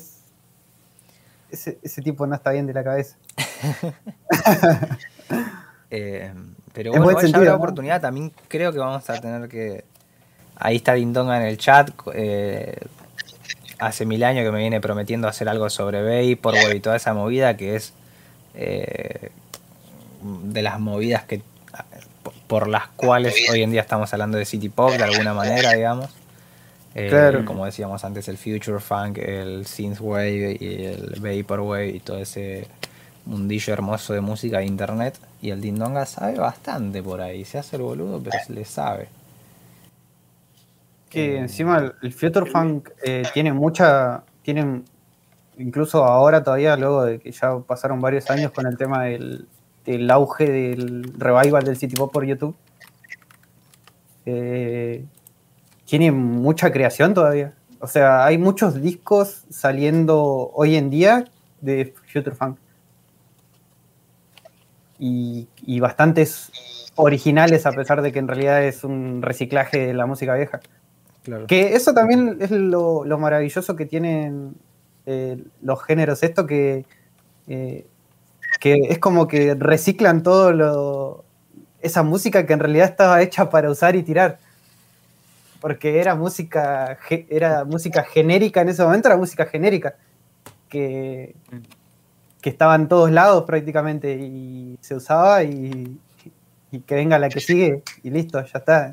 ese tipo no está bien de la cabeza. Pero En bueno, buen ya sentido, habrá ¿no? oportunidad. También creo que vamos a tener que. Ahí está Lindonga en el chat. Hace 1000 años que me viene prometiendo hacer algo sobre Vaporwave y toda esa movida que es de las movidas que por las cuales hoy en día estamos hablando de City Pop de alguna manera, digamos. Claro. Como decíamos antes, el Future Funk, el Synthwave y el Vaporwave y todo ese mundillo hermoso de música de internet. Y el Dindonga sabe bastante por ahí. Se hace el boludo, pero se le sabe. Que encima el Future Funk tiene incluso ahora todavía, luego de que ya pasaron varios años con el tema del auge del revival del City Pop por YouTube, tiene mucha creación todavía. O sea, hay muchos discos saliendo hoy en día de Future Funk. Y bastantes originales, a pesar de que en realidad es un reciclaje de la música vieja. Claro. Que eso también es lo maravilloso que tienen los géneros, esto que que es como que reciclan esa música que en realidad estaba hecha para usar y tirar. Porque era música genérica en ese momento, era música genérica. Que estaba en todos lados prácticamente y se usaba y que venga la que sigue y listo, ya está.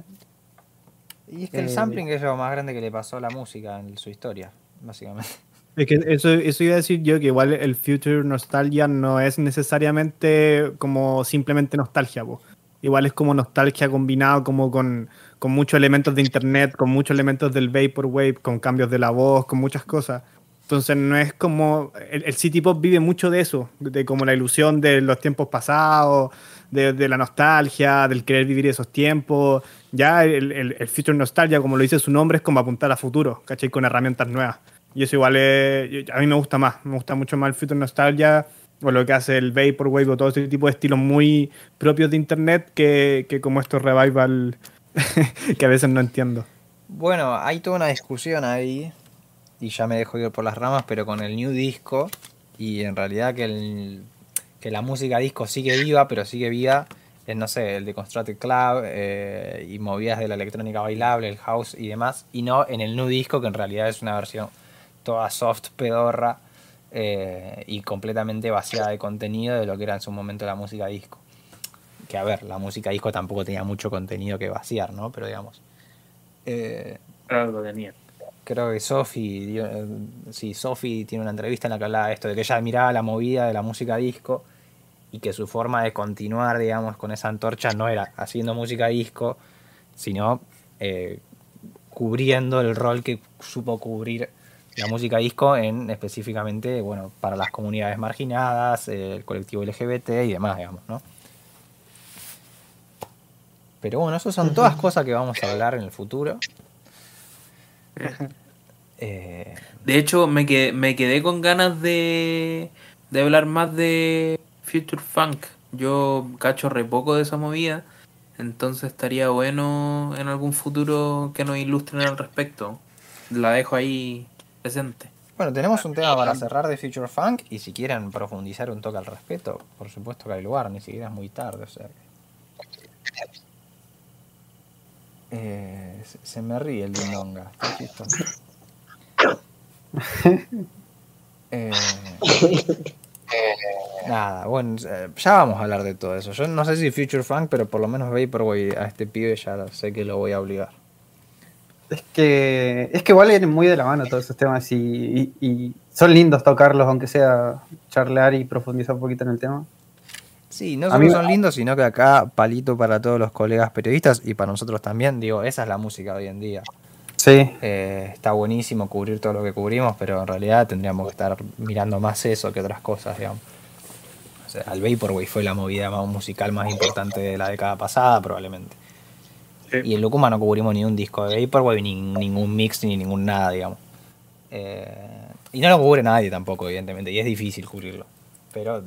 Y es que el sampling es lo más grande que le pasó a la música en su historia, básicamente. Es que eso iba a decir yo, que igual el Future Nostalgia no es necesariamente como simplemente nostalgia, po. Igual es como nostalgia combinado como con muchos elementos de internet, con muchos elementos del Vaporwave, con cambios de la voz, con muchas cosas. Entonces no es como... El City Pop vive mucho de eso, de como la ilusión de los tiempos pasados, de la nostalgia, del querer vivir esos tiempos. Ya el Future Nostalgia, como lo dice su nombre, es como apuntar a futuro, ¿cachai? Con herramientas nuevas. Y eso igual a mí me gusta más, me gusta mucho más el Future Nostalgia o lo que hace el Vaporwave o todo ese tipo de estilos muy propios de internet que como estos revival que a veces no entiendo. Bueno, hay toda una discusión ahí, y ya me dejo ir por las ramas, pero con el New Disco, y en realidad que la música disco sigue viva, pero sigue viva en, no sé, el Deconstructed Club y movidas de la electrónica bailable, el house y demás, y no en el New Disco, que en realidad es una versión toda soft, pedorra, y completamente vaciada de contenido de lo que era en su momento la música disco. Que a ver, la música disco tampoco tenía mucho contenido que vaciar, ¿no? Pero digamos... Algo tenía. Creo que Sophie tiene una entrevista en la que hablaba de esto, de que ella miraba la movida de la música disco y que su forma de continuar, digamos, con esa antorcha no era haciendo música disco, sino cubriendo el rol que supo cubrir la música disco en específicamente, bueno, para las comunidades marginadas, el colectivo LGBT y demás, digamos, ¿no? Pero bueno, eso son todas cosas que vamos a hablar en el futuro. De hecho, me quedé con ganas de hablar más de Future Funk. Yo cacho re poco de esa movida, entonces estaría bueno en algún futuro que nos ilustren al respecto. La dejo ahí presente. Bueno, tenemos un tema para cerrar de Future Funk y si quieren profundizar un toque al respecto, por supuesto que hay lugar, ni siquiera es muy tarde, o sea. Se me ríe el Dindonga, está chistoso. Nada, bueno, ya vamos a hablar de todo eso. Yo no sé si Future Funk, pero por lo menos Vaporwave a este pibe ya sé que lo voy a obligar. Es que igual vienen muy de la mano todos esos temas y son lindos tocarlos, aunque sea charlar y profundizar un poquito en el tema. Sí, no solo son lindos, sino que acá palito para todos los colegas periodistas y para nosotros también, digo, esa es la música de hoy en día. Sí. Está buenísimo cubrir todo lo que cubrimos, pero en realidad tendríamos que estar mirando más eso que otras cosas, digamos. O sea, el Vaporwave fue la movida musical más importante de la década pasada, probablemente. Sí. Y en Locuma no cubrimos ni un disco de Vaporwave, ni ningún mix, ni ningún nada, digamos. Y no lo cubre nadie tampoco, evidentemente, y es difícil cubrirlo. Pero...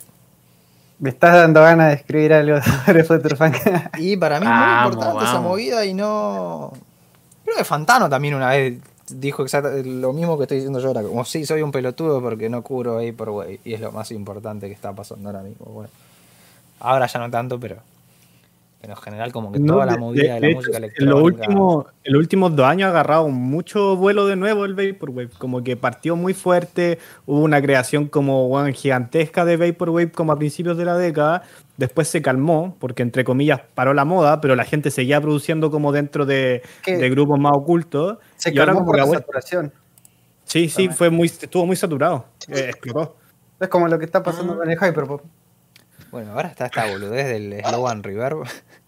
Me estás dando ganas de escribir algo sobre Future Funk. Y para mí es muy importante esa movida y no... Creo que Fantano también una vez dijo exactamente lo mismo que estoy diciendo yo ahora. Como sí, soy un pelotudo porque no cubro Vaporwave y es lo más importante que está pasando ahora mismo. Bueno, ahora ya no tanto, pero en general como que toda la movida de la música electrónica... En los últimos 2 años ha agarrado mucho vuelo de nuevo el Vaporwave. Como que partió muy fuerte, hubo una creación como gigantesca de Vaporwave como a principios de la década. Después se calmó, porque entre comillas paró la moda, pero la gente seguía produciendo como dentro de grupos más ocultos. Se calmó por la saturación. Sí, estuvo muy saturado. Explotó. Es como lo que está pasando con el Hyperpop. Bueno, ahora está esta boludez del Slogan Reverb.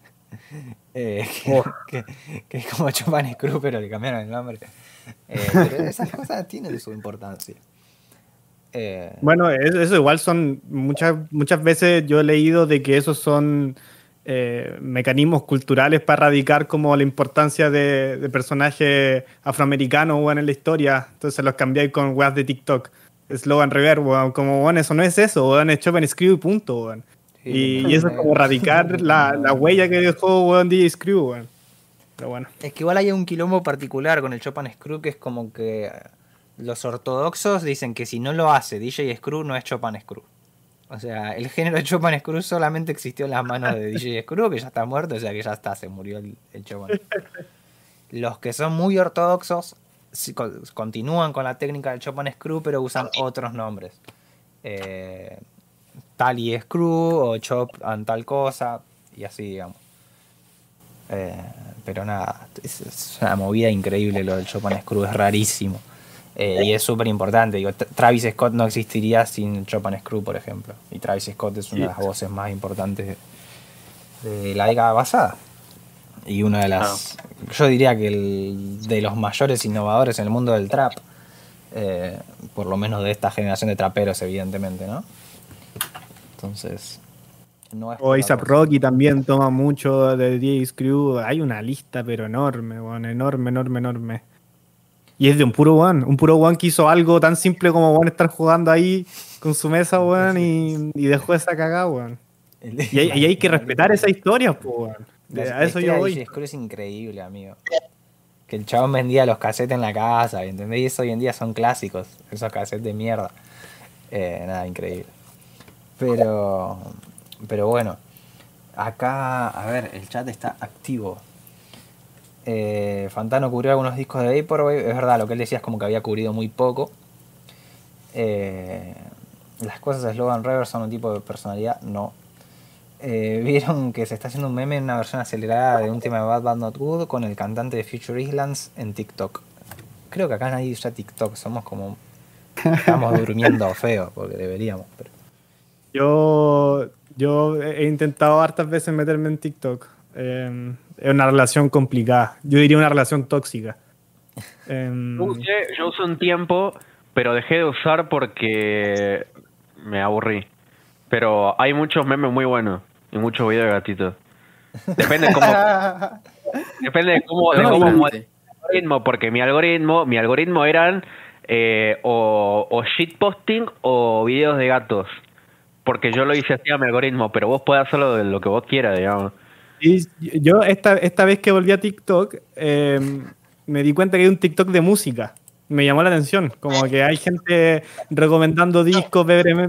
Que es como Chopin Screw, pero le cambiaron el nombre. Pero esas cosas tienen su importancia. Bueno, eso igual son muchas veces yo he leído de que esos son mecanismos culturales para erradicar como la importancia de personajes afroamericanos en la historia. Entonces los cambiáis con weas de TikTok. Slogan Reverb, weón, como bueno, eso no es eso, weón, es Chopin Screw y punto, weón. Sí, y eso es como erradicar la huella que dejó weón, DJ Screw, weón. Pero bueno. Es que igual hay un quilombo particular con el Chopin Screw que es como que los ortodoxos dicen que si no lo hace DJ Screw no es Chopin Screw. O sea, el género Chopin Screw solamente existió en las manos de DJ Screw, que ya está muerto, o sea que ya está, se murió el Chopin. Los que son muy ortodoxos continúan con la técnica del Chopin Screw, pero usan otros nombres. Tally Screw o Chop and tal cosa, y así, digamos. Pero nada, es una movida increíble lo del Chopin Screw, es rarísimo. Y es súper importante. Digo, Travis Scott no existiría sin Chopin Screw, por ejemplo. Y Travis Scott es una de las voces más importantes de la década pasada. Y una de las. Yo diría que de los mayores innovadores en el mundo del trap. Por lo menos de esta generación de traperos, evidentemente, ¿no? Entonces. No es O A$AP cosa. Rocky también toma mucho de DJ Screw. Hay una lista, pero enorme, weón. Enorme. Y es de un puro one que hizo algo tan simple como weón, estar jugando ahí con su mesa, weón, y dejó esa cagada, weón. Y hay que respetar esa historia, pues, weón. A eso yo voy. DJ Screw es increíble, amigo. Que el chabón vendía los cassettes en la casa, ¿entendés? Y eso hoy en día son clásicos, esos cassettes de mierda. Nada, increíble. Pero bueno, acá, a ver, el chat está activo. Fantano cubrió algunos discos de Vaporwave. Es verdad, lo que él decía es como que había cubrido muy poco. Las cosas de Slogan River son un tipo de personalidad, no. Vieron que se está haciendo un meme en una versión acelerada de un tema de Bad Bad Not Good con el cantante de Future Islands en TikTok. Creo que acá nadie usa TikTok, somos como. Estamos durmiendo feo, porque deberíamos. Pero... Yo he intentado hartas veces meterme en TikTok. Es una relación complicada. Yo diría una relación tóxica. Yo usé un tiempo, pero dejé de usar porque me aburrí. Pero hay muchos memes muy buenos y muchos videos de gatitos. Depende de cómo de cómo mueve el algoritmo, porque mi algoritmo eran o shitposting o videos de gatos. Porque yo lo hice así a mi algoritmo, pero vos podés hacerlo de lo que vos quieras, digamos. Y yo esta vez que volví a TikTok, me di cuenta que hay un TikTok de música. Me llamó la atención. Como que hay gente recomendando discos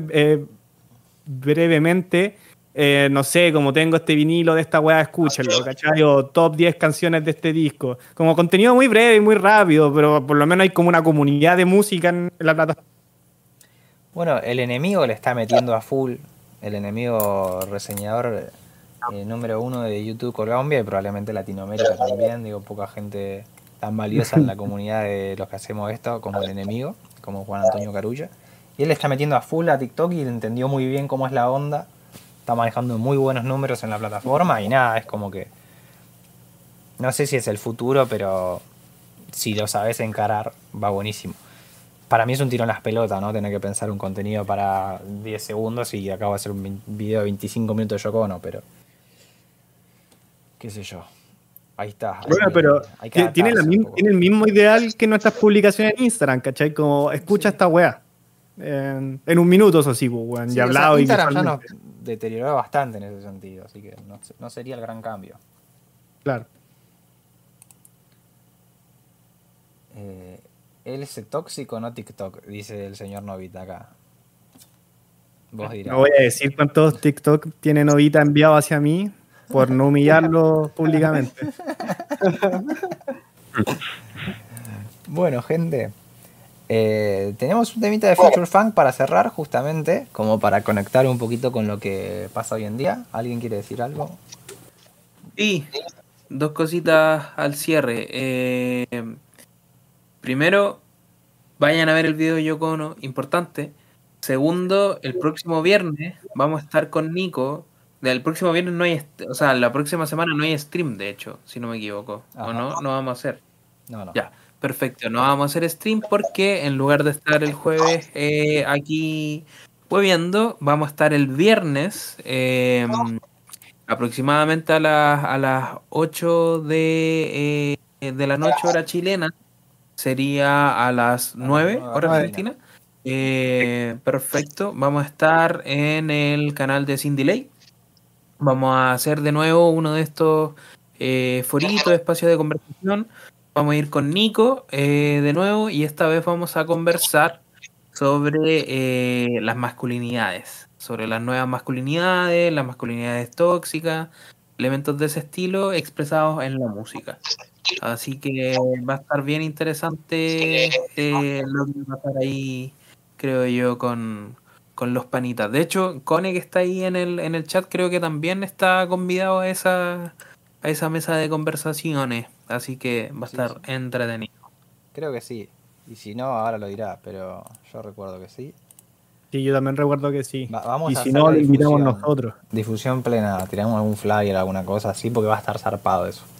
brevemente. No sé, como tengo este vinilo de esta weá, escúchenlo, ¿cachai? O top 10 canciones de este disco. Como contenido muy breve y muy rápido, pero por lo menos hay como una comunidad de música en la plataforma. Bueno, el enemigo le está metiendo a full. El enemigo reseñador número 1 de YouTube Colombia y probablemente Latinoamérica también. Digo, poca gente tan valiosa en la comunidad de los que hacemos esto como el enemigo, como Juan Antonio Carulla. Y él le está metiendo a full a TikTok y entendió muy bien cómo es la onda. Está manejando muy buenos números en la plataforma y nada, es como que... No sé si es el futuro, pero si lo sabes encarar, va buenísimo. Para mí es un tiro en las pelotas, ¿no? Tener que pensar un contenido para 10 segundos y acabo de hacer un video de 25 minutos de Yoko Ono, pero... qué sé yo. Ahí está. Bueno, pero tiene el mismo ideal que nuestras publicaciones en Instagram, ¿cachai? Como escucha esta weá. En un minuto, eso sí, pues, weón. Sí, Ya hablado Instagram y ya nos deterioró bastante en ese sentido, así que no sería el gran cambio. Claro. Él es tóxico, no TikTok, dice el señor Novita acá. Vos dirás. No voy a decir cuántos TikTok tiene Novita enviado hacia mí por no humillarlo públicamente. Bueno, gente, tenemos un temita de Future Funk para cerrar, justamente, como para conectar un poquito con lo que pasa hoy en día. ¿Alguien quiere decir algo? Sí, dos cositas al cierre. Primero, vayan a ver el video de Yoko Ono, importante. Segundo, el próximo viernes vamos a estar con Nico. El próximo viernes no hay, o sea, la próxima semana no hay stream, de hecho, si no me equivoco. Ajá. ¿O no? No vamos a hacer. No. Ya, perfecto. No vamos a hacer stream porque en lugar de estar el jueves aquí hueveando, vamos a estar el viernes aproximadamente a las 8 de la noche, hora chilena. Sería a las 9, hora argentina. Perfecto. Vamos a estar en el canal de Sin Delay. Vamos a hacer de nuevo uno de estos foritos, espacios de conversación. Vamos a ir con Nico de nuevo y esta vez vamos a conversar sobre las masculinidades. sobre las nuevas masculinidades, las masculinidades tóxicas, elementos de ese estilo expresados en la música. Así que va a estar bien interesante lo que va a pasar ahí, creo yo, con los panitas. De hecho, Cone, que está ahí en el chat, creo que también está convidado a esa mesa de conversaciones. Así que va a Sí, estar sí. entretenido. Creo que sí. Y si no, ahora lo dirá, pero yo recuerdo que sí. Sí, yo también recuerdo que sí. Vamos Y a si hacer no, la lo invitamos difusión. nosotros. Difusión plena, tiramos algún flyer, alguna cosa así, porque va a estar zarpado eso.